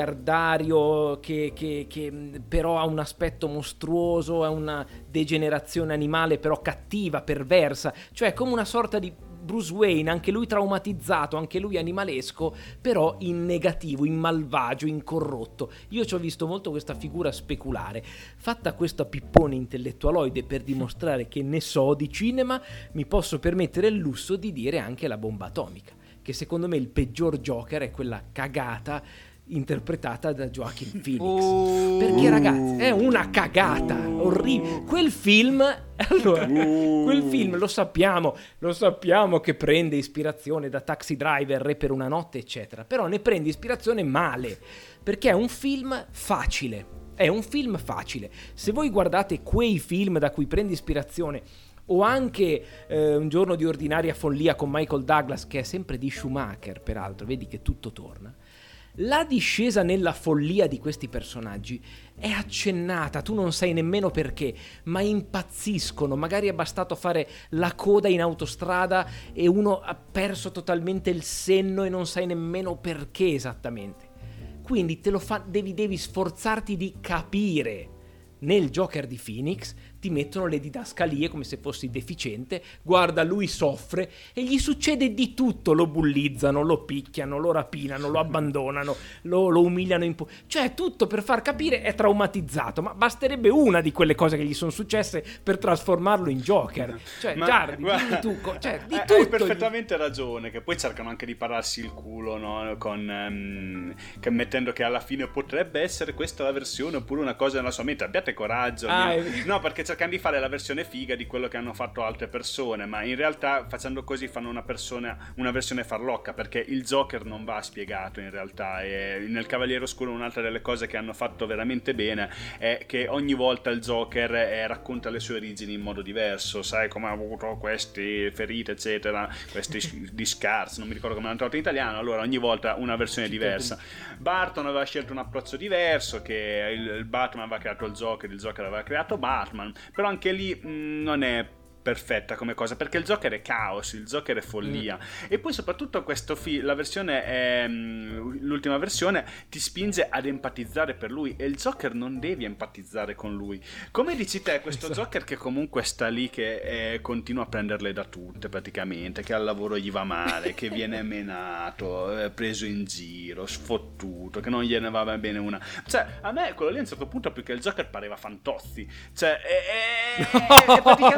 miliardario che, che, che però ha un aspetto mostruoso, è una degenerazione animale però cattiva, perversa, cioè come una sorta di Bruce Wayne, anche lui traumatizzato, anche lui animalesco, però in negativo, in malvagio, in corrotto. Io ci ho visto molto questa figura speculare. Fatta questa pippone intellettualoide per dimostrare che ne so di cinema, mi posso permettere il lusso di dire anche la bomba atomica, che secondo me il peggior Joker è quella cagata interpretata da Joaquin Phoenix. Oh. Perché ragazzi è una cagata orribile quel film. Allora, quel film lo sappiamo lo sappiamo che prende ispirazione da Taxi Driver, Re per una notte eccetera, però ne prende ispirazione male, perché è un film facile è un film facile se voi guardate quei film da cui prende ispirazione, o anche eh, Un giorno di ordinaria follia con Michael Douglas, che è sempre di Schumacher peraltro, vedi che tutto torna. La discesa nella follia di questi personaggi è accennata, tu non sai nemmeno perché, ma impazziscono. Magari è bastato fare la coda in autostrada e uno ha perso totalmente il senno e non sai nemmeno perché esattamente. Quindi te lo fa, devi, devi sforzarti di capire. Nel Joker di Phoenix ti mettono le didascalie come se fossi deficiente, guarda lui soffre e gli succede di tutto, lo bullizzano, lo picchiano, lo rapinano, lo abbandonano, lo, lo umiliano in pu- cioè tutto per far capire è traumatizzato, ma basterebbe una di quelle cose che gli sono successe per trasformarlo in Joker, cioè Ma, Giardi, guarda, dimmi tu, co- cioè di hai, tutto. hai perfettamente ragione, che poi cercano anche di pararsi il culo, no? Con um, che mettendo che alla fine potrebbe essere questa la versione oppure una cosa nella sua mente. Abbiate coraggio, Ah, no? è... no, perché cercano di fare la versione figa di quello che hanno fatto altre persone, ma in realtà facendo così fanno una persona una versione farlocca, perché il Joker non va spiegato in realtà. E nel Cavaliere Oscuro un'altra delle cose che hanno fatto veramente bene è che ogni volta il Joker eh, racconta le sue origini in modo diverso, sai, come ha avuto queste ferite eccetera, questi di scars, non mi ricordo come l'hanno tradotto in italiano, allora ogni volta una versione diversa. Burton aveva scelto un approccio diverso, che il, il Batman aveva creato il Joker, il Joker aveva creato Batman, però anche lì mh, non è perfetta come cosa, perché il Joker è caos, il Joker è follia, mm. e poi soprattutto questo fi- la versione è, mh, l'ultima versione ti spinge ad empatizzare per lui, e il Joker non devi empatizzare con lui, come dici te, questo esatto. Joker che comunque sta lì, che eh, continua a prenderle da tutte praticamente, che al lavoro gli va male, che viene menato, eh, preso in giro, sfottuto, che non gliene va bene una, cioè a me quello lì a un certo punto più che il Joker pareva Fantozzi, cioè è, è, è praticamente la stessa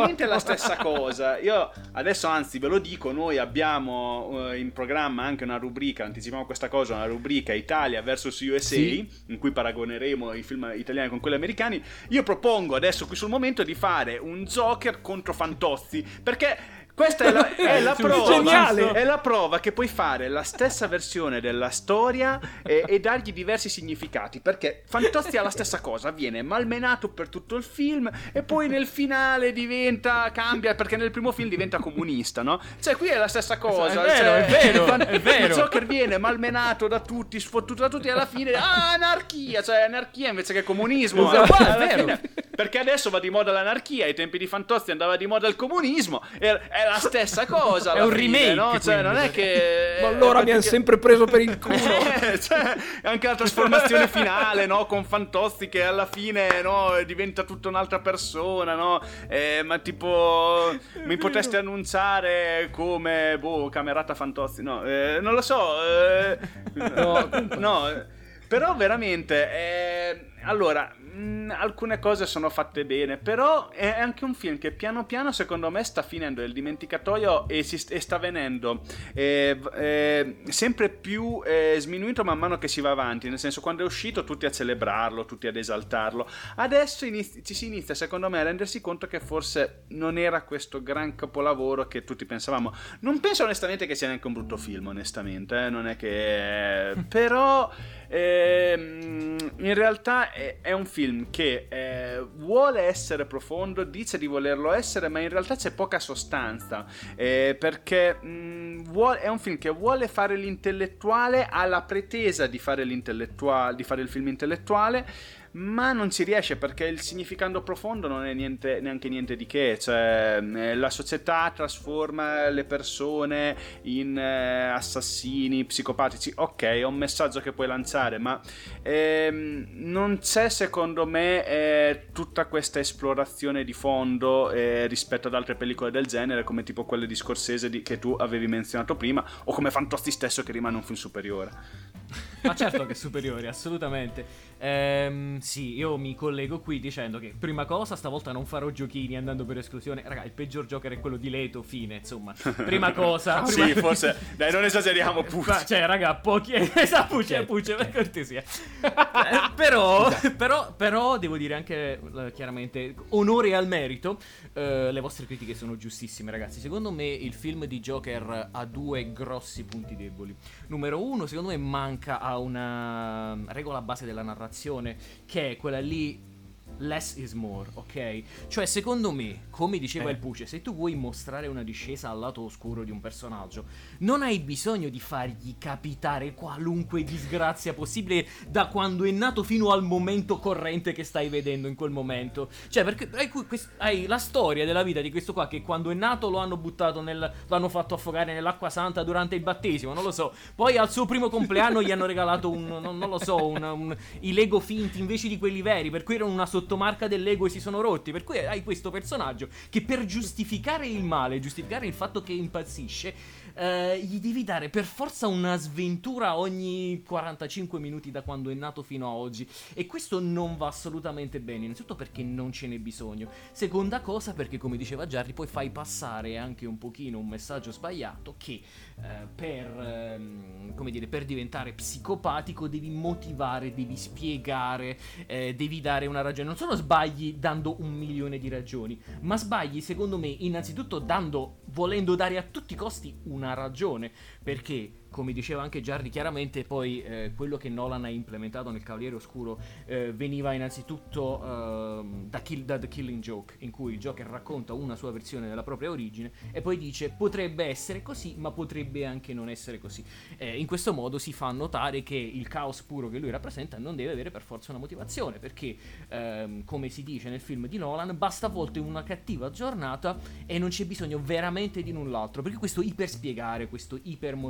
stessa cosa. Io adesso anzi ve lo dico, noi abbiamo uh, in programma anche una rubrica, anticipiamo questa cosa, una rubrica Italia versus U S A, sì, in cui paragoneremo i film italiani con quelli americani. Io propongo adesso qui sul momento di fare un Joker contro Fantozzi, perché questa è la, è la prova, geniale. È la prova che puoi fare la stessa versione della storia e, e dargli diversi significati, perché Fantozzi ha la stessa cosa, viene malmenato per tutto il film e poi nel finale diventa, cambia, perché nel primo film diventa comunista, no? Cioè qui è la stessa cosa, è vero, cioè, è vero, è vero. Il Joker viene malmenato da tutti, sfottuto da tutti e alla fine ah, anarchia, cioè anarchia invece che comunismo. Esatto, alla è vero. fine, perché adesso va di moda l'anarchia, ai tempi di Fantozzi andava di moda il comunismo, è, è la stessa cosa, è un fine, remake, no? Cioè quindi. non è che ma allora mi hanno sempre preso per il culo. eh, cioè, anche la trasformazione finale, no? Con Fantozzi che alla fine, no, diventa tutta un'altra persona, no? Eh, ma tipo mi potreste annunciare come boh, Camerata Fantozzi, no, eh, non lo so, eh, no, no, però veramente eh, allora mh, alcune cose sono fatte bene, però è anche un film che piano piano secondo me sta finendo nel dimenticatoio e, si, e sta venendo eh, eh, sempre più eh, sminuito man mano che si va avanti, nel senso, quando è uscito tutti a celebrarlo, tutti ad esaltarlo, adesso inizi, ci si inizia secondo me a rendersi conto che forse non era questo gran capolavoro che tutti pensavamo. Non penso onestamente che sia neanche un brutto film, onestamente, eh? Non è che però eh, in realtà è, è un film che eh, vuole essere profondo, dice di volerlo essere, ma in realtà c'è poca sostanza, eh, perché mh, vuole, è un film che vuole fare l'intellettuale, ha la pretesa di fare l'intellettuale, di fare il film intellettuale, ma non ci riesce, perché il significando profondo non è niente, neanche niente di che. Cioè la società trasforma le persone in eh, assassini, psicopatici, ok, è un messaggio che puoi lanciare, ma ehm, non c'è secondo me eh, tutta questa esplorazione di fondo eh, rispetto ad altre pellicole del genere, come tipo quelle di Scorsese di, che tu avevi menzionato prima, o come Fantozzi stesso, che rimane un film superiore. Ma certo che è superiore, assolutamente. Ehm, sì, io mi collego qui dicendo che prima cosa, stavolta non farò giochini andando per esclusione. Raga, il peggior Joker è quello di Leto, fine, insomma. Prima cosa. Prima... Sì, forse. Dai, non esageriamo, Pucci. Ma, cioè, raga, pochi. Esatto, Pucci, okay. Pucci, per cortesia. eh, però, però, però, devo dire anche, eh, chiaramente, onore al merito. Eh, le vostre critiche sono giustissime, ragazzi. Secondo me il film di Joker ha due grossi punti deboli. Numero uno, secondo me manca a una regola base della narrazione, che è quella lì: less is more, ok? Cioè, secondo me, come diceva eh. il Puce, se tu vuoi mostrare una discesa al lato oscuro di un personaggio, non hai bisogno di fargli capitare qualunque disgrazia possibile da quando è nato fino al momento corrente che stai vedendo in quel momento. Cioè, perché hai, hai la storia della vita di questo qua, che quando è nato lo hanno buttato nel, l'hanno fatto affogare nell'acqua santa durante il battesimo, non lo so. Poi al suo primo compleanno gli hanno regalato un, non, non lo so, un, un, i Lego finti invece di quelli veri, per cui erano una sottomarca dell'ego e si sono rotti. Per cui hai questo personaggio che, per giustificare il male, giustificare il fatto che impazzisce, eh, gli devi dare per forza una sventura ogni quarantacinque minuti da quando è nato fino a oggi, e questo non va assolutamente bene. Innanzitutto perché non ce n'è bisogno, seconda cosa perché, come diceva Jarry, poi fai passare anche un pochino un messaggio sbagliato che eh, per ehm, come dire, per diventare psicopatico devi motivare, devi spiegare, eh, devi dare una ragione. Non solo sbagli dando un milione di ragioni, ma sbagli secondo me innanzitutto dando, volendo dare a tutti i costi una ragione, perché come diceva anche Jarry chiaramente, poi eh, quello che Nolan ha implementato nel Cavaliere Oscuro eh, veniva innanzitutto eh, da, kill, da The Killing Joke, in cui il Joker racconta una sua versione della propria origine e poi dice potrebbe essere così ma potrebbe anche non essere così. Eh, in questo modo si fa notare che il caos puro che lui rappresenta non deve avere per forza una motivazione, perché ehm, come si dice nel film di Nolan, basta a volte una cattiva giornata e non c'è bisogno veramente di null'altro, perché questo iperspiegare, questo ipermotivare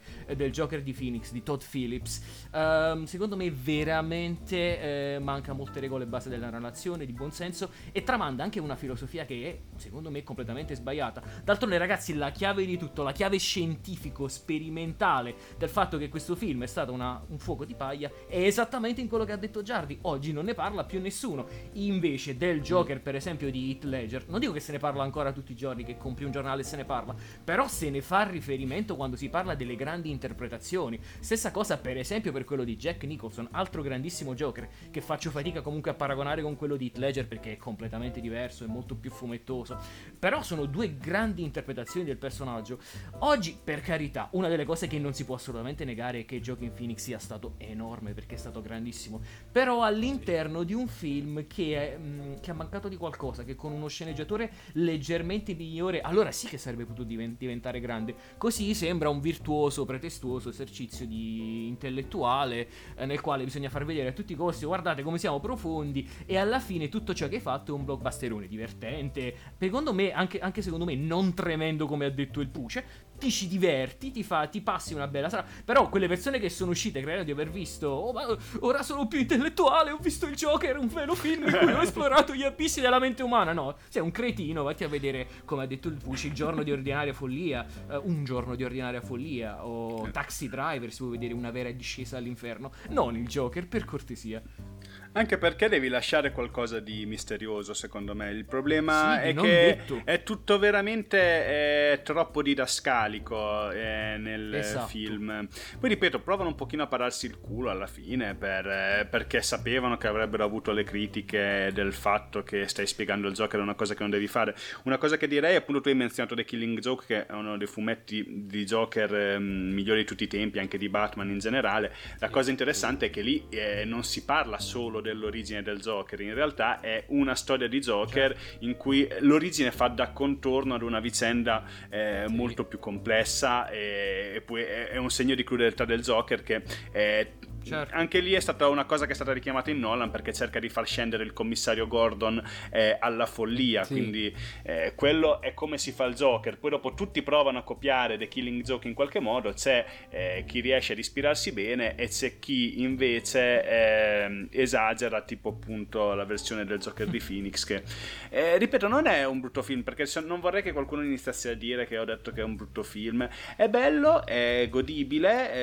eh, del Joker di Phoenix, di Todd Phillips. Um, secondo me veramente eh, manca molte regole base della narrazione, di buonsenso, e tramanda anche una filosofia che è, secondo me, completamente sbagliata. D'altronde, ragazzi, la chiave di tutto, la chiave scientifico sperimentale del fatto che questo film è stato una, un fuoco di paglia è esattamente in quello che ha detto Giardi. Oggi non ne parla più nessuno. Invece del Joker, per esempio, di Heath Ledger, non dico che se ne parla ancora tutti i giorni, che compri un giornale e se ne parla, però se ne fa riferimento quando si parla delle grandi interpretazioni. Stessa cosa per esempio per quello di Jack Nicholson, altro grandissimo Joker, che faccio fatica comunque a paragonare con quello di Heath Ledger perché è completamente diverso, è molto più fumettoso, però sono due grandi interpretazioni del personaggio. Oggi, per carità, una delle cose che non si può assolutamente negare è che Joaquin Phoenix sia stato enorme, perché è stato grandissimo, però all'interno di un film che, è, mh, che ha mancato di qualcosa, che con uno sceneggiatore leggermente migliore allora sì che sarebbe potuto diventare grande. Così sembra un virtuoso, pretestuoso esercizio di intellettuale eh, nel quale bisogna far vedere a tutti i costi guardate come siamo profondi, e alla fine tutto ciò che hai fatto è un blockbusterone divertente, secondo me anche, anche secondo me non tremendo come ha detto il Puce. Ti ci diverti, ti, fa, ti passi una bella sera. Però quelle persone che sono uscite credendo di aver visto oh, ma ora sono più intellettuale, ho visto il Joker, un vero film in cui ho esplorato gli abissi della mente umana. No, sei un cretino, vatti a vedere, come ha detto il Pucci, Il giorno di ordinaria follia, uh, Un giorno di ordinaria follia, o Taxi Driver, si può vedere una vera discesa all'inferno. Non il Joker, per cortesia. Anche perché devi lasciare qualcosa di misterioso, secondo me. Il problema sì, è non che detto. è tutto veramente eh, troppo didascalico eh, nel esatto. film. Poi ripeto, provano un pochino a pararsi il culo alla fine per, eh, perché sapevano che avrebbero avuto le critiche del fatto che stai spiegando il Joker è una cosa che non devi fare. Una cosa che direi, appunto, tu hai menzionato The Killing Joke, che è uno dei fumetti di Joker eh, migliori di tutti i tempi, anche di Batman in generale. La cosa interessante è che lì eh, non si parla solo dell'origine del Joker, in realtà è una storia di Joker certo. in cui l'origine fa da contorno ad una vicenda eh, sì. molto più complessa, e, e poi è, è un segno di crudeltà del Joker che è certo. anche lì è stata una cosa che è stata richiamata in Nolan, perché cerca di far scendere il commissario Gordon eh, alla follia, sì. quindi eh, quello è come si fa il Joker. Poi dopo tutti provano a copiare The Killing Joke in qualche modo, c'è eh, chi riesce ad ispirarsi bene e c'è chi invece eh, esagera, tipo appunto la versione del Joker di Phoenix, che eh, ripeto non è un brutto film, perché non vorrei che qualcuno iniziasse a dire che ho detto che è un brutto film. È bello, è godibile,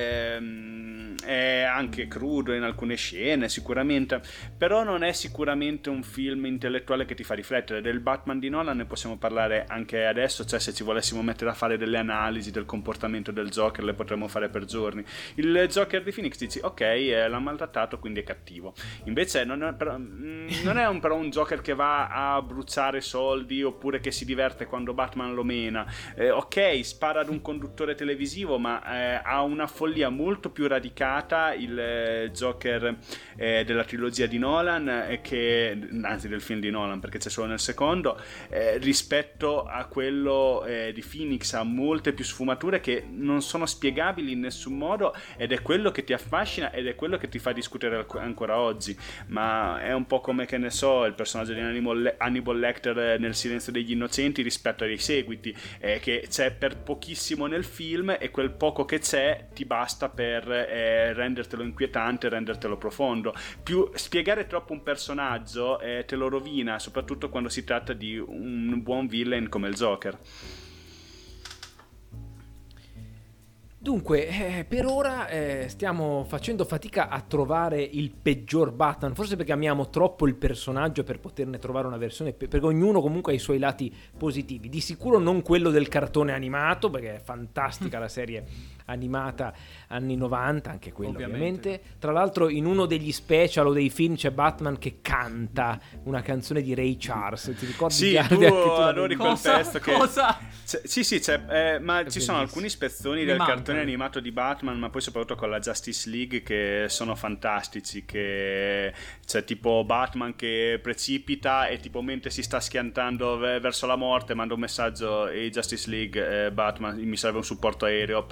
ehm, è anche crudo in alcune scene sicuramente, però non è sicuramente un film intellettuale che ti fa riflettere. Del Batman di Nolan ne possiamo parlare anche adesso, cioè se ci volessimo mettere a fare delle analisi del comportamento del Joker le potremmo fare per giorni. Il Joker di Phoenix dici ok, eh, l'ha maltrattato quindi è cattivo, invece non è, però, non è un, però un Joker che va a bruciare soldi oppure che si diverte quando Batman lo mena, eh, ok spara ad un conduttore televisivo, ma eh, ha una follia molto più radicata il eh, Joker eh, della trilogia di Nolan, eh, che anzi del film di Nolan, perché c'è solo nel secondo, eh, rispetto a quello eh, di Phoenix. Ha molte più sfumature che non sono spiegabili in nessun modo, ed è quello che ti affascina ed è quello che ti fa discutere ancora oggi. Ma è un po' come, che ne so, il personaggio di Hannibal, Hannibal Lecter nel Silenzio degli Innocenti rispetto ai seguiti, eh, che c'è per pochissimo nel film e quel poco che c'è ti basta per eh, rendertelo inquietante, rendertelo profondo. Più spiegare troppo un personaggio eh, te lo rovina, soprattutto quando si tratta di un buon villain come il Joker. Dunque, eh, per ora eh, stiamo facendo fatica a trovare il peggior Batman, forse perché amiamo troppo il personaggio per poterne trovare una versione, perché ognuno comunque ha i suoi lati positivi. Di sicuro non quello del cartone animato, perché è fantastica la serie animata anni novanta, anche quello ovviamente. ovviamente. Tra l'altro in uno degli special o dei film c'è Batman che canta una canzone di Ray Charles, ti ricordi? Sì, tu, tu adori quel cosa? pezzo che... Cosa? C'è, sì, sì, c'è, eh, ma è ci sono alcuni spezzoni del manca. cartone animato di Batman, ma poi soprattutto con la Justice League, che sono fantastici, che c'è tipo Batman che precipita e tipo mentre si sta schiantando verso la morte manda un messaggio: ehi Justice League, eh, Batman, mi serve un supporto aereo perché non so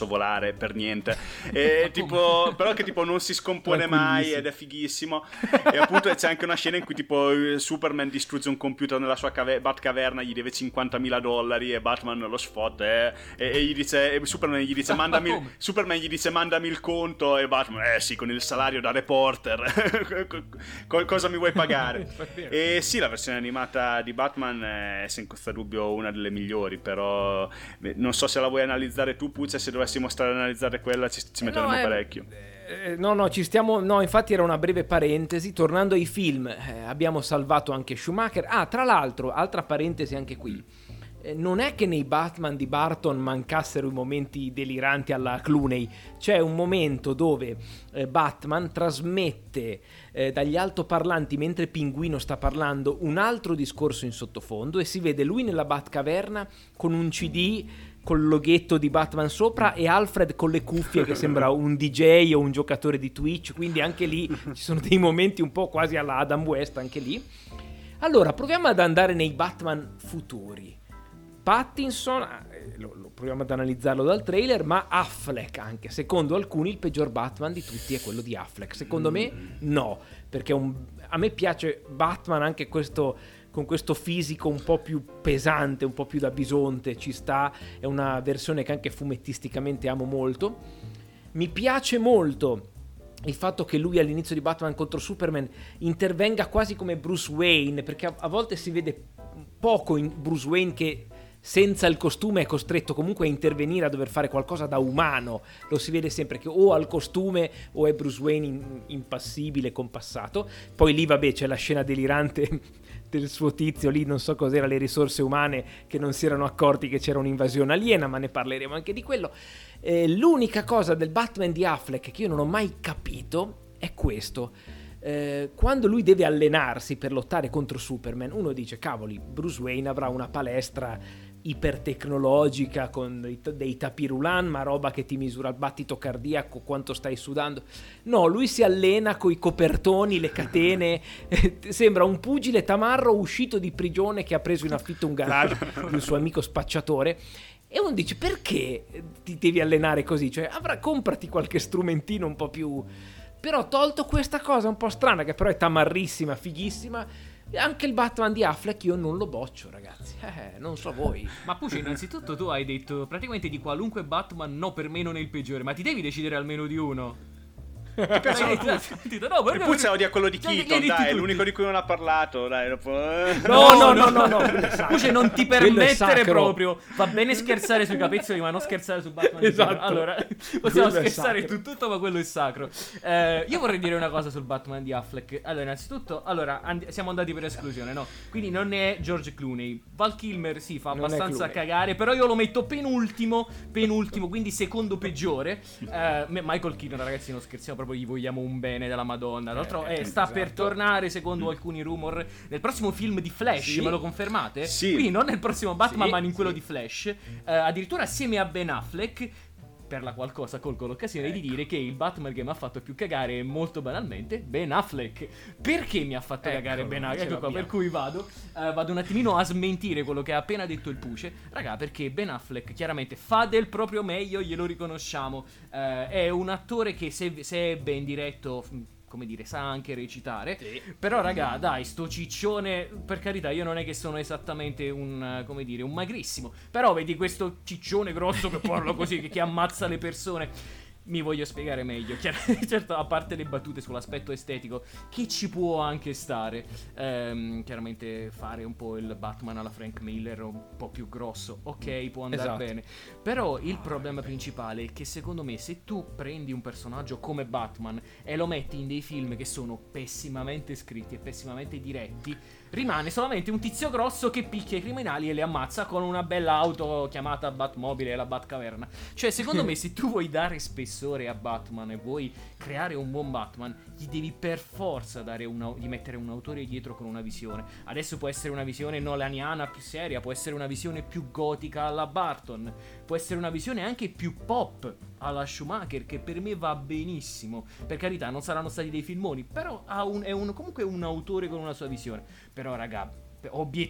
volare per niente, e tipo, però che tipo non si scompone mai ed è fighissimo. E appunto c'è anche una scena in cui tipo Superman distrugge un computer nella sua cave- Batcaverna, gli deve cinquantamila dollari e Batman lo sfotte eh, e, e gli dice e Superman gli dice mandami Superman gli dice mandami il conto e Batman eh sì, con il salario da reporter cosa mi vuoi pagare? E sì, la versione animata di Batman è senza dubbio una delle migliori, però non so se la vuoi analizzare tu, Puccia. Se dovessimo stare ad analizzare quella ci, ci metteremo no, parecchio. Eh, no, no, ci stiamo. No, infatti era una breve parentesi. Tornando ai film, eh, abbiamo salvato anche Schumacher. Ah, tra l'altro, altra parentesi anche qui. Eh, non è che nei Batman di Burton mancassero i momenti deliranti alla Clooney. C'è un momento dove eh, Batman trasmette eh, dagli altoparlanti, mentre Pinguino sta parlando, un altro discorso in sottofondo, e si vede lui nella Batcaverna con un C D col loghetto di Batman sopra e Alfred con le cuffie che sembra un D J o un giocatore di Twitch, quindi anche lì ci sono dei momenti un po' quasi alla Adam West anche lì. Allora proviamo ad andare nei Batman futuri. Pattinson, lo, lo proviamo ad analizzarlo dal trailer, ma Affleck anche, secondo alcuni il peggior Batman di tutti è quello di Affleck, secondo me no, perché un, a me piace Batman anche questo con questo fisico un po' più pesante, un po' più da bisonte, ci sta, è una versione che anche fumettisticamente amo molto. Mi piace molto il fatto che lui all'inizio di Batman contro Superman intervenga quasi come Bruce Wayne, perché a, a volte si vede poco in Bruce Wayne che senza il costume è costretto comunque a intervenire, a dover fare qualcosa da umano. Lo si vede sempre che o ha il costume o è Bruce Wayne in, impassibile, compassato. Poi lì vabbè c'è la scena delirante del suo tizio lì, non so cos'era, le risorse umane che non si erano accorti che c'era un'invasione aliena, ma ne parleremo anche di quello. Eh, l'unica cosa del Batman di Affleck che io non ho mai capito è questo. Eh, quando lui deve allenarsi per lottare contro Superman, uno dice cavoli, Bruce Wayne avrà una palestra ipertecnologica con dei, dei tapirulan, ma roba che ti misura il battito cardiaco, quanto stai sudando. No, lui si allena coi copertoni, le catene, eh, sembra un pugile tamarro uscito di prigione che ha preso in affitto un garage di un suo amico spacciatore. E uno dice perché ti devi allenare così? Cioè avrà, comprati qualche strumentino un po' più... Però tolto questa cosa un po' strana, che però è tamarrissima, fighissima, anche il Batman di Affleck io non lo boccio, ragazzi. Eh, non so voi. Ma Pucci, innanzitutto tu hai detto praticamente di qualunque Batman no, per me non è il peggiore, ma ti devi decidere almeno di uno. Ti piacciono tutti. No, il Puzza odia quello di Keaton, dai, è l'unico di cui non ha parlato, dai. Dopo... No, no, no, no, no. Puccia, non ti permettere proprio. Va bene scherzare sui capezzoli, ma non scherzare su Batman. Esatto. Allora, possiamo scherzare su tutto, ma quello è sacro. Eh, io vorrei dire una cosa sul Batman di Affleck. Allora, innanzitutto, allora, and- siamo andati per esclusione, no? Quindi non è George Clooney. Val Kilmer sì, fa non abbastanza cagare, però io lo metto penultimo, penultimo, quindi secondo peggiore. Eh, Michael Keaton, ragazzi, non scherziamo proprio. Gli vogliamo un bene della Madonna. Tra l'altro eh, eh, sta esatto. per tornare, secondo mm. alcuni rumor, nel prossimo film di Flash. Sì. Me lo confermate? Sì. Quindi non nel prossimo Batman, sì, ma in quello sì. di Flash. eh, Addirittura assieme a Ben Affleck. Per la qual cosa colgo l'occasione ecco. di dire che il Batman che mi ha fatto più cagare è molto banalmente Ben Affleck. Perché mi ha fatto ecco, cagare Ben Affleck? Ecco qua, per cui vado uh, Vado un attimino a smentire quello che ha appena detto il Puce. Raga, perché Ben Affleck chiaramente fa del proprio meglio, glielo riconosciamo. uh, È un attore che se, se è ben diretto, come dire, sa anche recitare. Sì. Però raga, dai, sto ciccione, per carità, io non è che sono esattamente un, come dire, un magrissimo, però vedi questo ciccione grosso che parlo così, che, che ammazza le persone. Mi voglio spiegare meglio. Certo, a parte le battute sull'aspetto estetico, che ci può anche stare, ehm, chiaramente fare un po' il Batman alla Frank Miller, un po' più grosso, ok, può andare esatto. bene. Però il problema principale è che secondo me se tu prendi un personaggio come Batman e lo metti in dei film che sono pessimamente scritti e pessimamente diretti, rimane solamente un tizio grosso che picchia i criminali e li ammazza con una bella auto chiamata Batmobile e la Batcaverna. Cioè, secondo me, se tu vuoi dare spessore a Batman e vuoi creare un buon Batman, gli devi per forza dare una, gli mettere un autore dietro con una visione. Adesso può essere una visione nolaniana più seria, può essere una visione più gotica alla Burton, può essere una visione anche più pop alla Schumacher, che per me va benissimo. Per carità, non saranno stati dei filmoni, però ha un, è un, comunque un autore con una sua visione. Però raga,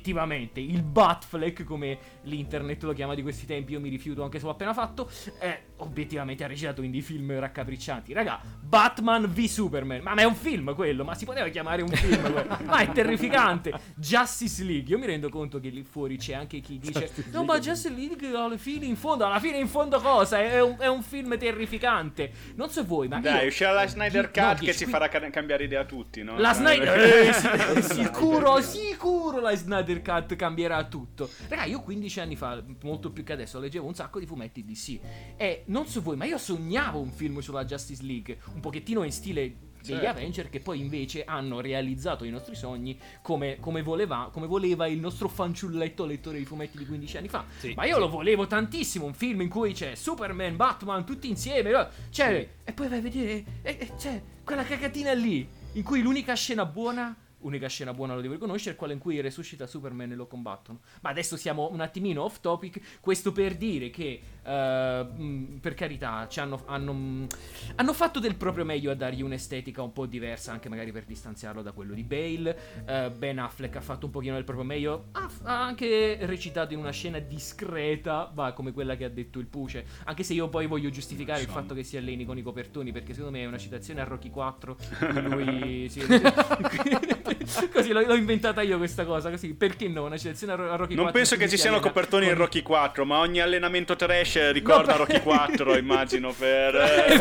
obiettivamente il Batfleck, come l'internet lo chiama di questi tempi, io mi rifiuto anche se l'ho appena fatto, è obiettivamente ha recitato in dei film raccapriccianti. Raga, Batman v Superman, ma è un film quello, ma si poteva chiamare un film quello? Ma è terrificante. Justice League, io mi rendo conto che lì fuori c'è anche chi dice Justice no ma Justice League alla fine in fondo, alla fine in fondo cosa? È un, è un film terrificante. Non so voi, ma dai, io, uscirà la Snyder Cut no, che ci qui... farà ca- cambiare idea a tutti, no? La Snyder eh, sicuro, sicuro la Snyder Cut cambierà tutto. Raga, io quindici anni fa, molto più che adesso, leggevo un sacco di fumetti D C e non so voi, ma io sognavo un film sulla Justice League, un pochettino in stile degli certo. Avenger, che poi invece hanno realizzato i nostri sogni come, come, voleva, come voleva il nostro fanciulletto lettore di fumetti di quindici anni fa. Sì, ma io sì. lo volevo tantissimo, un film in cui c'è Superman, Batman, tutti insieme, cioè, sì. e poi vai a vedere, e, e c'è quella cagatina lì, in cui l'unica scena buona... Unica scena buona, lo devo riconoscere, quella in cui resuscita Superman e lo combattono. Ma adesso siamo un attimino off topic. Questo per dire che uh, mh, per carità ci hanno, hanno, mh, hanno fatto del proprio meglio a dargli un'estetica un po' diversa, anche magari per distanziarlo da quello di Bale. uh, Ben Affleck ha fatto un pochino del proprio meglio, ha, ha anche recitato in una scena discreta, va, come quella che ha detto il Puce. Anche se io poi voglio giustificare il fatto che si alleni con i copertoni, perché secondo me è una citazione a Rocky quattro. Lui si così l'ho, l'ho inventata io questa cosa, così perché no, una citazione a Rocky non quattro. Non penso che ci siano copertoni con... in Rocky quattro, ma ogni allenamento trash ricorda no, per... Rocky quattro, immagino, per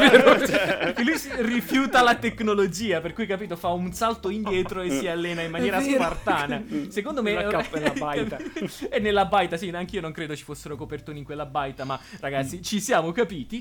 eh, lui si rifiuta la tecnologia, per cui capito, fa un salto indietro e si allena in maniera spartana. Secondo me la cappa nella baita. E nella baita, sì, anche io non credo ci fossero copertoni in quella baita, ma ragazzi, ci siamo capiti.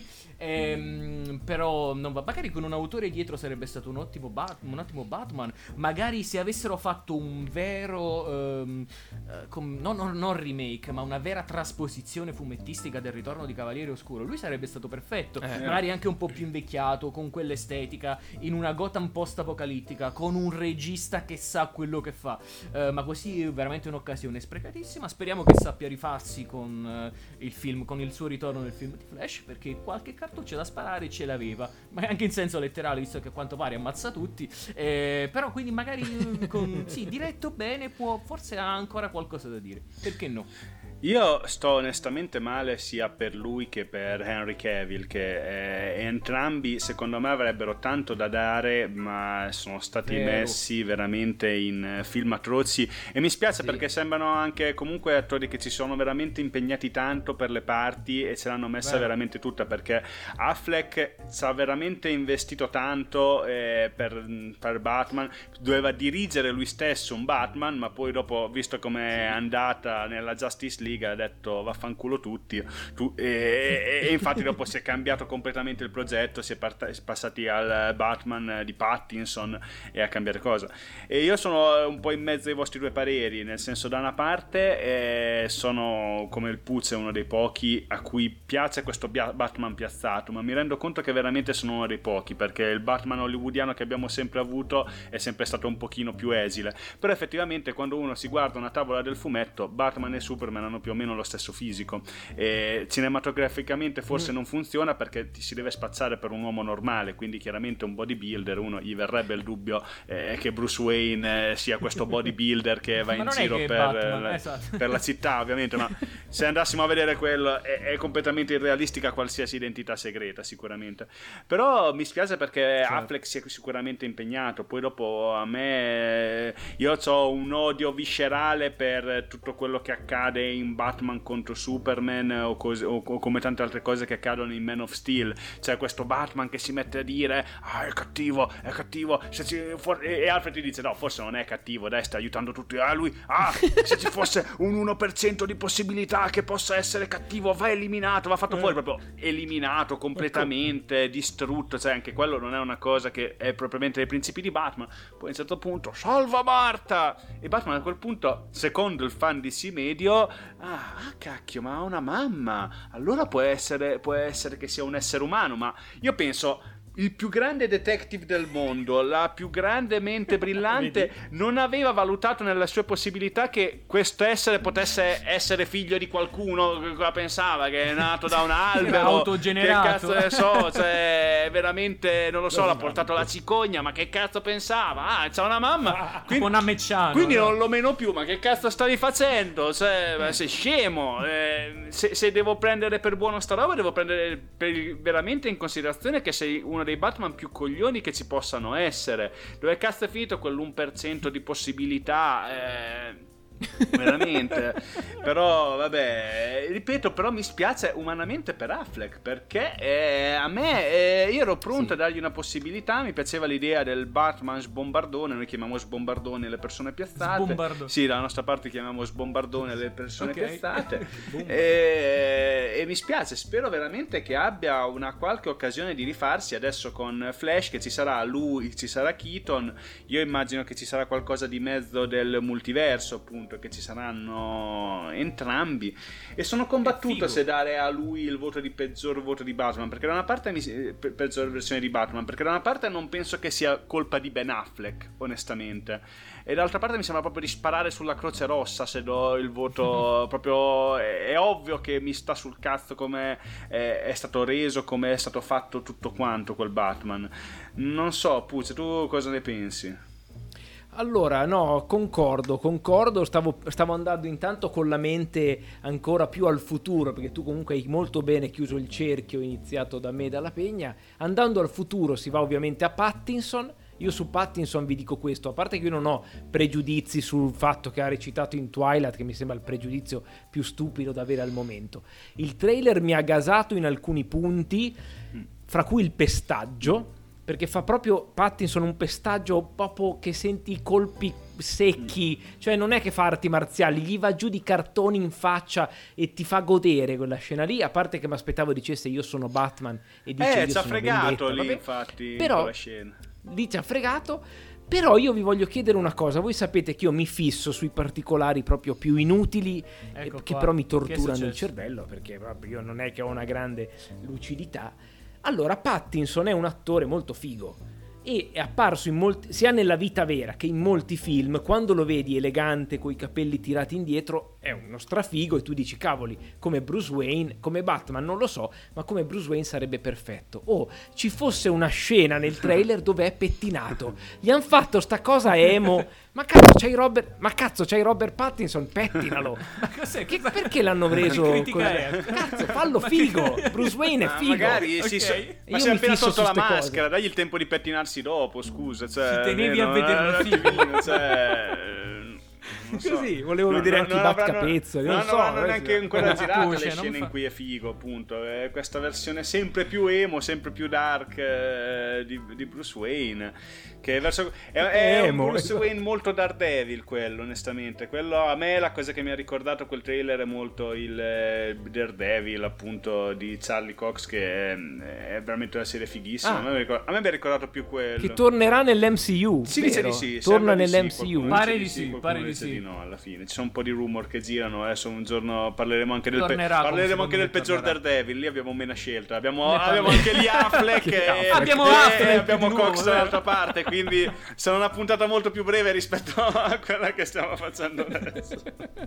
Ehm, però non va, magari con un autore dietro sarebbe stato un ottimo Bat- un ottimo Batman. Magari se avessero fatto un vero um, uh, com- no, no, non remake, ma una vera trasposizione fumettistica del Ritorno di Cavaliere Oscuro, lui sarebbe stato perfetto. eh, magari anche un po' più invecchiato, con quell'estetica, in una Gotham post-apocalittica, con un regista che sa quello che fa. uh, ma così è veramente un'occasione sprecatissima. Speriamo che sappia rifarsi con uh, il film, con il suo ritorno nel film di Flash, perché qualche cartuccia da sparare ce l'aveva, ma anche in senso letterale, visto che a quanto pare ammazza tutti. eh, però quindi magari con, sì, diretto bene, può, forse ha ancora qualcosa da dire, perché no? Io sto onestamente male sia per lui che per Henry Cavill, che eh, entrambi secondo me avrebbero tanto da dare, ma sono stati Vero. messi veramente in film atroci, e mi spiace sì. perché sembrano anche comunque attori che ci sono veramente impegnati tanto per le parti e ce l'hanno messa Vero. veramente tutta, perché Affleck ci ha veramente investito tanto eh, per, per Batman, doveva dirigere lui stesso un Batman, ma poi dopo, visto com'è sì. andata nella Justice League, ha detto vaffanculo tutti tu, e, e infatti dopo si è cambiato completamente il progetto, si è, part- si è passati al Batman di Pattinson e a cambiare cosa. E io sono un po' in mezzo ai vostri due pareri, nel senso, da una parte eh, sono come il Puzze, uno dei pochi a cui piace questo bia- Batman piazzato, ma mi rendo conto che veramente sono uno dei pochi, perché il Batman hollywoodiano che abbiamo sempre avuto è sempre stato un pochino più esile, però effettivamente quando uno si guarda una tavola del fumetto, Batman e Superman hanno più o meno lo stesso fisico, e cinematograficamente forse mm. non funziona perché ti si deve spacciare per un uomo normale, quindi chiaramente un bodybuilder, uno gli verrebbe il dubbio eh, che Bruce Wayne eh, sia questo bodybuilder che va in giro per, Batman, la, esatto. per la città, ovviamente, ma se andassimo a vedere quello è, è completamente irrealistica qualsiasi identità segreta, sicuramente. Però mi spiace perché certo. Affleck si è sicuramente impegnato, poi dopo a me io ho un odio viscerale per tutto quello che accade in Batman contro Superman o, cose, o, o come tante altre cose che accadono in Man of Steel. C'è questo Batman che si mette a dire ah è cattivo, è cattivo, se ci, for- e Alfred ti dice no, forse non è cattivo, dai, sta aiutando tutti. Ah lui, ah se ci fosse un uno per cento di possibilità che possa essere cattivo, va eliminato, va fatto fuori, proprio eliminato completamente, distrutto. Cioè anche quello non è una cosa che è propriamente dei principi di Batman. Poi a un certo punto salva Marta, e Batman a quel punto, secondo il fan di C medio, ah, ah cacchio, ma ha una mamma, allora può essere, può essere che sia un essere umano. Ma io penso, il più grande detective del mondo, la più grande mente brillante, non aveva valutato nelle sue possibilità che questo essere potesse essere figlio di qualcuno. Cosa pensava? Che è nato da un albero, autogenerato. Che cazzo ne so, cioè veramente non lo so, l'ha portato la cicogna, ma che cazzo pensava? Ah, c'ha una mamma, quindi, una Mecciano, quindi no? non lo meno più, ma che cazzo stavi facendo? Cioè, sei scemo. Eh, se, se devo prendere per buono sta roba, devo prendere per, veramente in considerazione che sei uno dei Batman più coglioni che ci possano essere. Dove cazzo è finito quell'uno per cento di possibilità? Eh, veramente. Però vabbè, ripeto, però mi spiace umanamente per Affleck, perché eh, a me eh, io ero pronto sì. a dargli una possibilità. Mi piaceva l'idea del Batman sbombardone. Noi chiamiamo sbombardone le persone piazzate. Sbombardo. Sì, dalla nostra parte chiamiamo sbombardone le persone okay. piazzate. e, e mi spiace, spero veramente che abbia una qualche occasione di rifarsi adesso con Flash, che ci sarà lui, ci sarà Keaton. Io immagino che ci sarà qualcosa di mezzo del multiverso, appunto, che ci saranno entrambi, e sono combattuto se dare a lui il voto di peggior voto di Batman, perché da una parte mi, pe- peggior versione di Batman, perché da una parte non penso che sia colpa di Ben Affleck, onestamente, e dall'altra parte mi sembra proprio di sparare sulla Croce Rossa se do il voto. Proprio è, è ovvio che mi sta sul cazzo come è, è stato reso, come è stato fatto tutto quanto quel Batman. Non so, Puzze, tu cosa ne pensi? Allora, no, concordo, concordo, stavo, stavo andando intanto con la mente ancora più al futuro, perché tu comunque hai molto bene chiuso il cerchio iniziato da me e dalla Pegna. Andando al futuro si va ovviamente a Pattinson. Io su Pattinson vi dico questo, a parte che io non ho pregiudizi sul fatto che ha recitato in Twilight, che mi sembra il pregiudizio più stupido da avere al momento. Il trailer mi ha gasato in alcuni punti, fra cui il pestaggio, perché fa proprio Pattinson un pestaggio proprio che senti i colpi secchi, cioè non è che fa arti marziali, gli va giù di cartoni in faccia e ti fa godere quella scena lì, a parte che mi aspettavo dicesse io sono Batman e dice eh, io ci ha sono fregato vendetta, lì, vabbè. infatti, però la scena. Lì ci ha fregato. Però io vi voglio chiedere una cosa, voi sapete che io mi fisso sui particolari proprio più inutili, ecco eh, che qua. però mi Che è torturano il successo? cervello, perché proprio io non è che ho una grande lucidità. Allora, Pattinson è un attore molto figo e è apparso in molti, sia nella vita vera che in molti film. Quando lo vedi elegante coi capelli tirati indietro è uno strafigo e tu dici cavoli, come Bruce Wayne, come Batman non lo so, ma come Bruce Wayne sarebbe perfetto. Oh, ci fosse una scena nel trailer dove è pettinato, gli han fatto sta cosa emo, ma cazzo c'hai Robert, ma cazzo c'hai Robert Pattinson, pettinalo. Ma cos'è? Che, perché l'hanno preso Che critica così? è? Cazzo, fallo Ma figo, che- Bruce Wayne è Ah, figo. magari Ok. si so- Io ma mi si è appena fisso tolto su la ste cose. maschera, dagli il tempo di pettinarsi dopo, scusa, cioè, Ci tenevi almeno, a vedere eh, il film. cioè, non so. Così, volevo No, vedere no, anche non i Bat avranno- Capezzoli, no, non non so, hanno eh, neanche sì. ancora girato Puce, le non scene fa- in cui è figo, appunto. È questa versione sempre più emo, sempre più dark eh, di, di Bruce Wayne, che è, verso, è, è un Emo, Bruce esatto. Wayne molto Daredevil, quello, onestamente. Quello, a me la cosa che mi ha ricordato quel trailer è molto il eh, Daredevil, appunto, di Charlie Cox, che è, è veramente una serie fighissima. Ah. A, me mi ricorda- a me mi ha ricordato più quello. Che tornerà nell'M C U, Si dice vero? di sì, torna sembra di sì, nell'M C U. qualcuno Pare dice di sì, qualcuno pare di dice sì. di no alla fine. Ci sono un po' di rumor che girano, adesso un giorno parleremo anche del, pe- Tornerà, come parleremo secondo anche me del peggior tornerà. Daredevil, lì abbiamo meno scelta. Abbiamo, Ne abbiamo parliamo. anche lì Affleck e, Abbiamo e- Affleck e abbiamo di nuovo, Cox vero? dall'altra parte, quindi sarà una puntata molto più breve rispetto a quella che stiamo facendo adesso.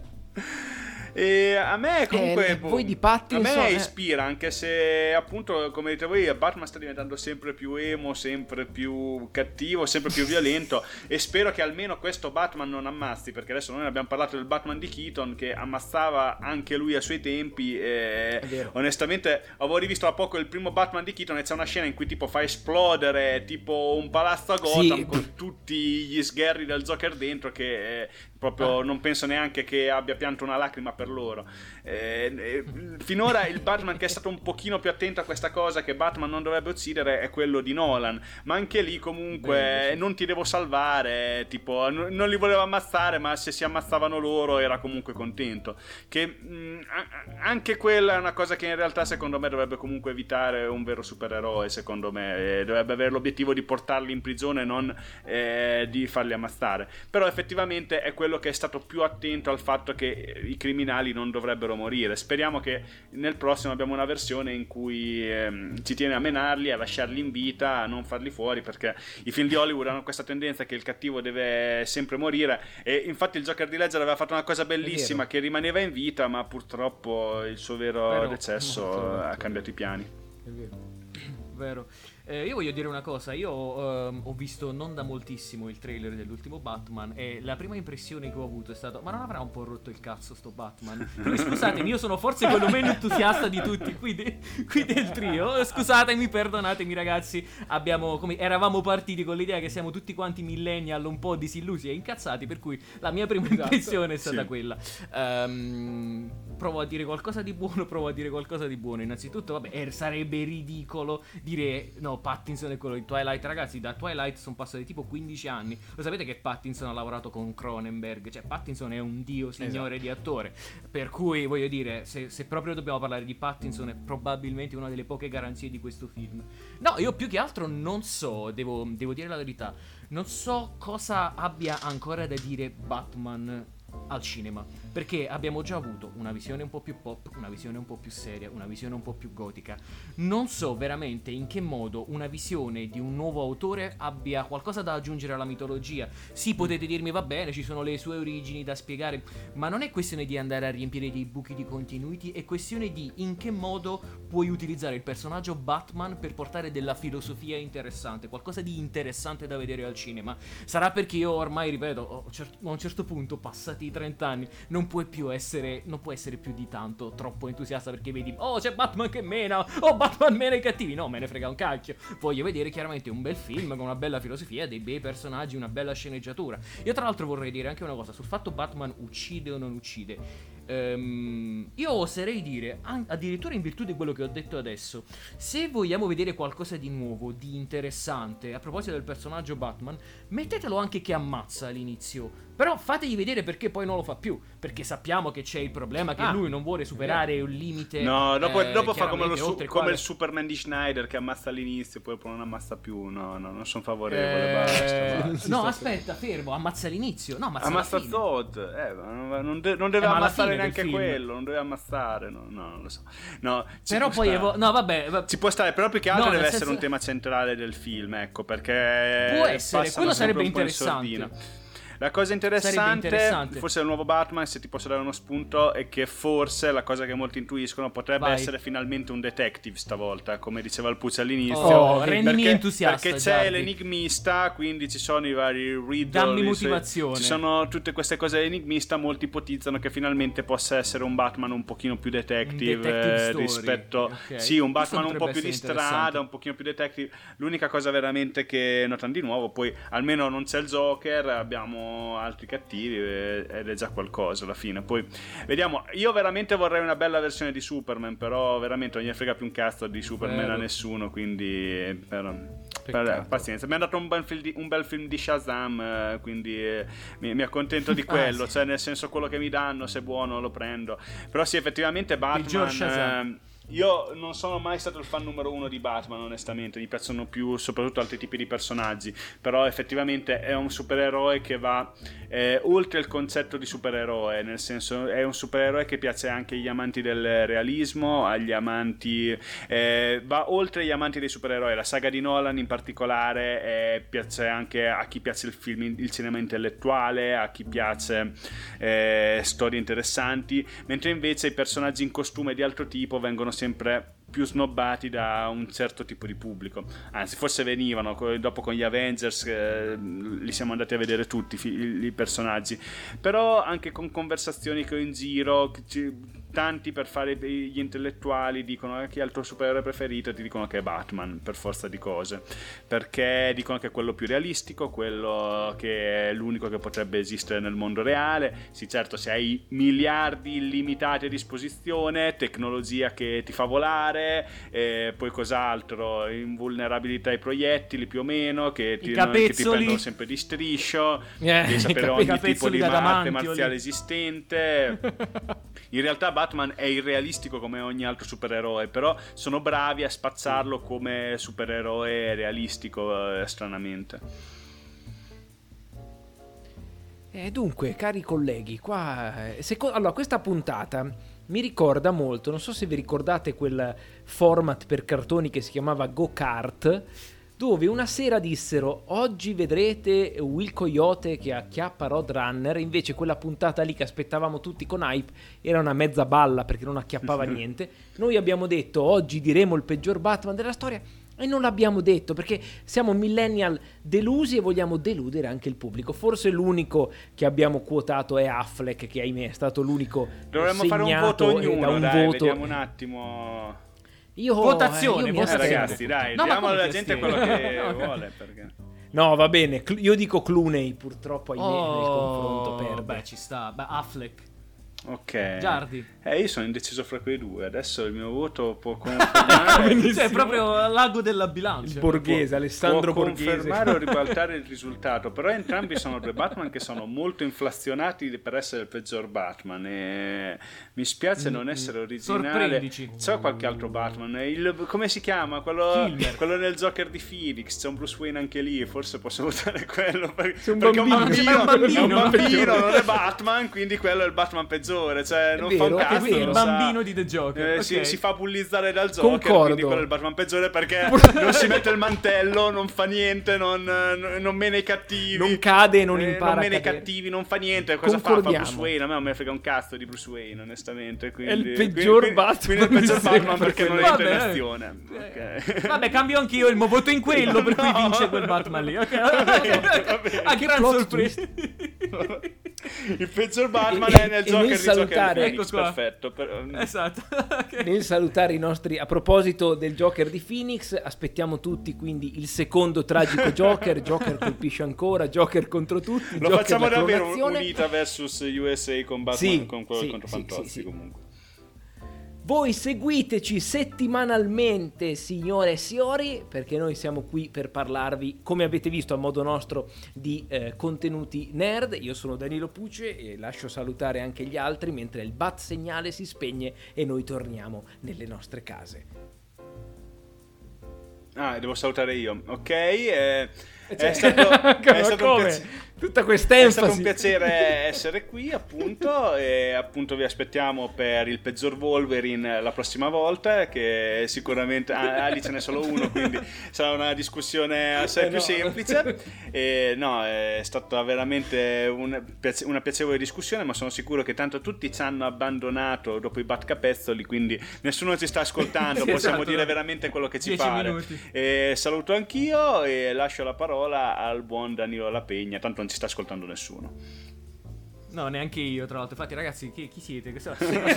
E a me comunque Eh, voi di Pattinson, a me eh. ispira, anche se appunto come dite voi Batman sta diventando sempre più emo, sempre più cattivo, sempre più violento, e spero che almeno questo Batman non ammazzi, perché adesso noi abbiamo parlato del Batman di Keaton che ammazzava anche lui ai suoi tempi e È vero. onestamente avevo rivisto da poco il primo Batman di Keaton e c'è una scena in cui tipo fa esplodere tipo un palazzo a Gotham Sì. con tutti gli sgherri del Joker dentro, che eh, proprio non penso neanche che abbia pianto una lacrima per loro. Eh, eh, finora il Batman che è stato un pochino più attento a questa cosa, che Batman non dovrebbe uccidere, è quello di Nolan, ma anche lì comunque Bello, sì. non ti devo salvare, tipo n- non li volevo ammazzare, ma se si ammazzavano loro era comunque contento, che mh, a- anche quella è una cosa che in realtà secondo me dovrebbe comunque evitare un vero supereroe, secondo me eh, dovrebbe avere l'obiettivo di portarli in prigione, non eh, di farli ammazzare. Però effettivamente è quello che è stato più attento al fatto che i criminali criminali non dovrebbero morire. Speriamo che nel prossimo abbiamo una versione in cui ehm, ci tiene a menarli, a lasciarli in vita, a non farli fuori, perché i film di Hollywood hanno questa tendenza che il cattivo deve sempre morire, e infatti il Joker di Ledger aveva fatto una cosa bellissima, che rimaneva in vita, ma purtroppo il suo vero Vero. decesso Molto, molto. ha cambiato i piani. È vero. Vero. Eh, io voglio dire una cosa, io ehm, ho visto non da moltissimo il trailer dell'ultimo Batman e la prima impressione che ho avuto è stata: ma non avrà un po' rotto il cazzo sto Batman? Quindi, scusatemi, io sono forse quello meno entusiasta di tutti qui, de- qui del trio. Scusatemi, perdonatemi ragazzi, abbiamo, come, eravamo partiti con l'idea che siamo tutti quanti millennial un po' disillusi e incazzati, per cui la mia prima Esatto. impressione è stata Sì. quella. Ehm, provo a dire qualcosa di buono, provo a dire qualcosa di buono. Innanzitutto, vabbè, eh, sarebbe ridicolo dire no, Pattinson è quello di Twilight. Ragazzi, da Twilight sono passati tipo quindici anni. Lo sapete che Pattinson ha lavorato con Cronenberg? Cioè, Pattinson è un dio signore Esatto. di attore. Per cui, voglio dire, se, se proprio dobbiamo parlare di Pattinson, è probabilmente una delle poche garanzie di questo film. No, io più che altro non so, devo, devo dire la verità, non so cosa abbia ancora da dire Batman al cinema, perché abbiamo già avuto una visione un po' più pop, una visione un po' più seria, una visione un po' più gotica. Non so veramente in che modo una visione di un nuovo autore abbia qualcosa da aggiungere alla mitologia. Sì, potete dirmi va bene, ci sono le sue origini da spiegare, ma non è questione di andare a riempire dei buchi di continuity, è questione di in che modo puoi utilizzare il personaggio Batman per portare della filosofia interessante, qualcosa di interessante da vedere al cinema. Sarà perché io ormai, ripeto, ho cer- a un certo punto, passati i trenta anni, non puoi più essere, non può essere più di tanto troppo entusiasta perché vedi, oh c'è Batman che mena, oh Batman mena i cattivi. No, me ne frega un cacchio, voglio vedere chiaramente un bel film con una bella filosofia, dei bei personaggi, una bella sceneggiatura. Io tra l'altro vorrei dire anche una cosa sul fatto Batman uccide o non uccide. Um, io oserei dire, an- addirittura in virtù di quello che ho detto adesso, se vogliamo vedere qualcosa di nuovo, di interessante, a proposito del personaggio Batman, mettetelo anche che ammazza all'inizio. Però fategli vedere perché poi non lo fa più, perché sappiamo che c'è il problema che Ah, lui non vuole superare un limite. No, dopo, eh, dopo fa come, lo chiaramente, su- oltre il come quale- il Superman di Schneider che ammazza all'inizio, poi non ammazza più. No, no, non sono favorevole. Eh, Basta, basta. Si no, sta- aspetta, fermo, ammazza all'inizio. No, ammazza, Ammazza alla fine. Zod, eh, ma non, non de- non deve Eh, ma alla ammazzare fine del neanche film. quello, non deve ammazzare, no, no, non lo so. No, ci Però può poi stare. evo- no, vabbè, va- Ci può stare, però più che altro No, deve nel essere senso- un tema centrale del film, ecco, perché Può essere, passano quello sempre sarebbe un po' in interessante. sordina. La cosa interessante, interessante. forse del nuovo Batman, se ti posso dare uno spunto, è che forse la cosa che molti intuiscono potrebbe Vai. essere finalmente un detective stavolta, come diceva il Puzzi all'inizio. Oh, perché, rendimi entusiasta, perché c'è Giardi. l'enigmista, quindi ci sono i vari riddle, Dammi i suoi- motivazione. ci sono tutte queste cose enigmista, molti ipotizzano che finalmente possa essere un Batman un pochino più detective, Un detective eh, story, rispetto ok. sì, un Questo Batman un po' potrebbe più di essere strada, interessante. un pochino più detective. L'unica cosa veramente che notano di nuovo, poi almeno non c'è il Joker, abbiamo altri cattivi eh, ed è già qualcosa alla fine. Poi vediamo, io veramente vorrei una bella versione di Superman, però veramente non gli frega più un cazzo di Superman Vero. a nessuno, quindi eh, però, Peccato. per- pazienza. Mi hanno dato un bel film di, un bel film di Shazam, eh, quindi eh, mi, mi accontento di Ah, quello, sì. cioè nel senso quello che mi danno, se è buono lo prendo. Però sì, effettivamente Peggior Batman Shazam. eh, io non sono mai stato il fan numero uno di Batman, onestamente. Mi piacciono più soprattutto altri tipi di personaggi. Però effettivamente è un supereroe che va eh, oltre il concetto di supereroe. Nel senso, è un supereroe che piace anche agli amanti del realismo, agli amanti eh, va oltre gli amanti dei supereroi. La saga di Nolan in particolare eh, piace anche a chi piace il film, il cinema intellettuale, a chi piace eh, storie interessanti, mentre invece i personaggi in costume di altro tipo vengono sempre più snobbati da un certo tipo di pubblico. Anzi, forse venivano co- dopo con gli Avengers, eh, li siamo andati a vedere tutti fi- i, i personaggi, però anche con conversazioni che ho in giro, che ci- tanti per fare gli intellettuali dicono eh, chi è il tuo supereroe preferito, ti dicono che è Batman per forza di cose, perché dicono che è quello più realistico, quello che è l'unico che potrebbe esistere nel mondo reale. Sì, certo, se hai miliardi illimitati a disposizione, tecnologia che ti fa volare, e poi cos'altro, invulnerabilità ai proiettili più o meno, che ti, I non- che ti capezzoli. prendono sempre di striscio, Eh, devi i sapere cape- ogni tipo capezzoli di da arte Adamantium marziale lì. esistente. In realtà Batman è irrealistico come ogni altro supereroe, però sono bravi a spazzarlo come supereroe realistico, eh, stranamente. Eh, dunque, cari colleghi, qua... eh, seco- allora, questa puntata mi ricorda molto, non so se vi ricordate quel format per cartoni che si chiamava Go Kart, dove una sera dissero oggi vedrete Will Coyote che acchiappa Roadrunner, invece quella puntata lì che aspettavamo tutti con hype era una mezza balla perché non acchiappava niente. Noi abbiamo detto oggi diremo il peggior Batman della storia e non l'abbiamo detto perché siamo millennial delusi e vogliamo deludere anche il pubblico. Forse l'unico che abbiamo quotato è Affleck, che ahimè è stato l'unico dovremmo segnato fare un voto ognuno, da un dai, voto. vediamo un attimo. Io, Votazione, eh, io mi Eh, astengo. ragazzi, dai, No, ma diamo come alla ti gente astieni? quello che vuole, perché... No, va bene, Cl- io dico Clooney, purtroppo ahimè Oh, nel confronto perde. beh, ci sta. Beh, Affleck. Ok. Giardi. Eh, io sono indeciso fra quei due. Adesso il mio voto può confermare, Cioè, proprio l'ago della bilancia. Il borghese, Alessandro può Borghese. confermare o ribaltare il risultato. Però entrambi sono due Batman che sono molto inflazionati per essere il peggior Batman. E mi spiace non essere originale. Sorprendici. C'è qualche altro Batman? Il, come si chiama? Quello, Kilmer. quello nel Joker di Phoenix. C'è un Bruce Wayne anche lì. Forse posso votare quello. Perché, C'è un perché bambino. un bambino, È un bambino. è un bambino, non è Batman. Quindi quello è il Batman peggiore. Cioè, non vero, fa un è cazzo. vero. non Il sa- bambino di The Joker. eh, ok. si, si fa bullizzare dal Joker, Concordo. quindi quello è il Batman peggiore perché non si mette il mantello, non fa niente, non, non, non mena i cattivi, Non cade e non eh, impara non a mena i cadere. cattivi, non fa niente. Cosa fa? Fa Concordiamo. Bruce Wayne? A me non me frega un cazzo di Bruce Wayne, onestamente. Quindi, È il quindi- peggior quindi, Batman Quindi è il peggior di Batman sempre, perché non quello. entra in Vabbè. azione. Ok. Vabbè, cambio anch'io il mio voto in quello, per cui No. vince quel Batman lì. Ok, Va bene, va bene. a gran plot sorpresa. Il peggior Batman E- è nel e Joker nel di Joker salutare- Phoenix, Ecco qua. perfetto. Per- Esatto. Ok. Nel salutare i nostri, a proposito del Joker di Phoenix, aspettiamo tutti quindi il secondo tragico Joker. Joker colpisce ancora, Joker contro tutti. Lo Joker facciamo la davvero clonazione. unita versus U S A con Batman, Sì, con quello sì, contro sì, Fantozzi sì, sì. comunque. Voi seguiteci settimanalmente, signore e signori, perché noi siamo qui per parlarvi, come avete visto, a modo nostro, di eh, contenuti nerd. Io sono Danilo Puce e lascio salutare anche gli altri mentre il bat segnale si spegne e noi torniamo nelle nostre case. Ah, devo salutare io. Ok, eh, Cioè, è stato, è stato un come? piace- Tutta questa è enfasi. stato un piacere essere qui, appunto, e appunto vi aspettiamo per il peggior Wolverine la prossima volta, che sicuramente ah, lì ce n'è solo uno, quindi sarà una discussione assai Eh, più no. semplice. E no, è stata veramente un piace- una piacevole discussione, ma sono sicuro che tanto tutti ci hanno abbandonato dopo i batcapezzoli, quindi nessuno ci sta ascoltando, Sì, possiamo esatto. dire veramente quello che ci Dieci pare. minuti. E saluto anch'io e lascio la parola al buon Danilo La Pegna, tanto non ci sta ascoltando nessuno. No, neanche io, tra l'altro. Infatti, ragazzi, chi, chi siete? Che so-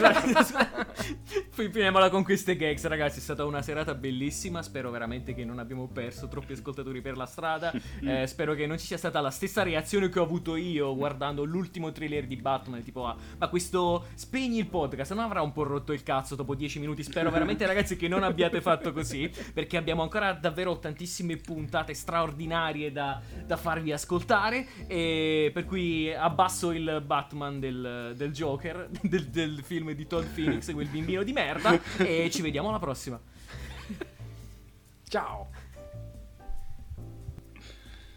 Poi finiamola con queste gags, ragazzi. È stata una serata bellissima. Spero veramente che non abbiamo perso troppi ascoltatori per la strada. Eh, spero che non ci sia stata la stessa reazione che ho avuto io guardando l'ultimo trailer di Batman. Tipo, ah, ma questo spegni il podcast, non avrà un po' rotto il cazzo dopo dieci minuti? Spero veramente, ragazzi, che non abbiate fatto così, perché abbiamo ancora davvero tantissime puntate straordinarie da, da farvi ascoltare. E per cui abbasso il Batman del, del Joker, del, del film di Todd Phoenix, quel bimbino di merda, e ci vediamo alla prossima. Ciao.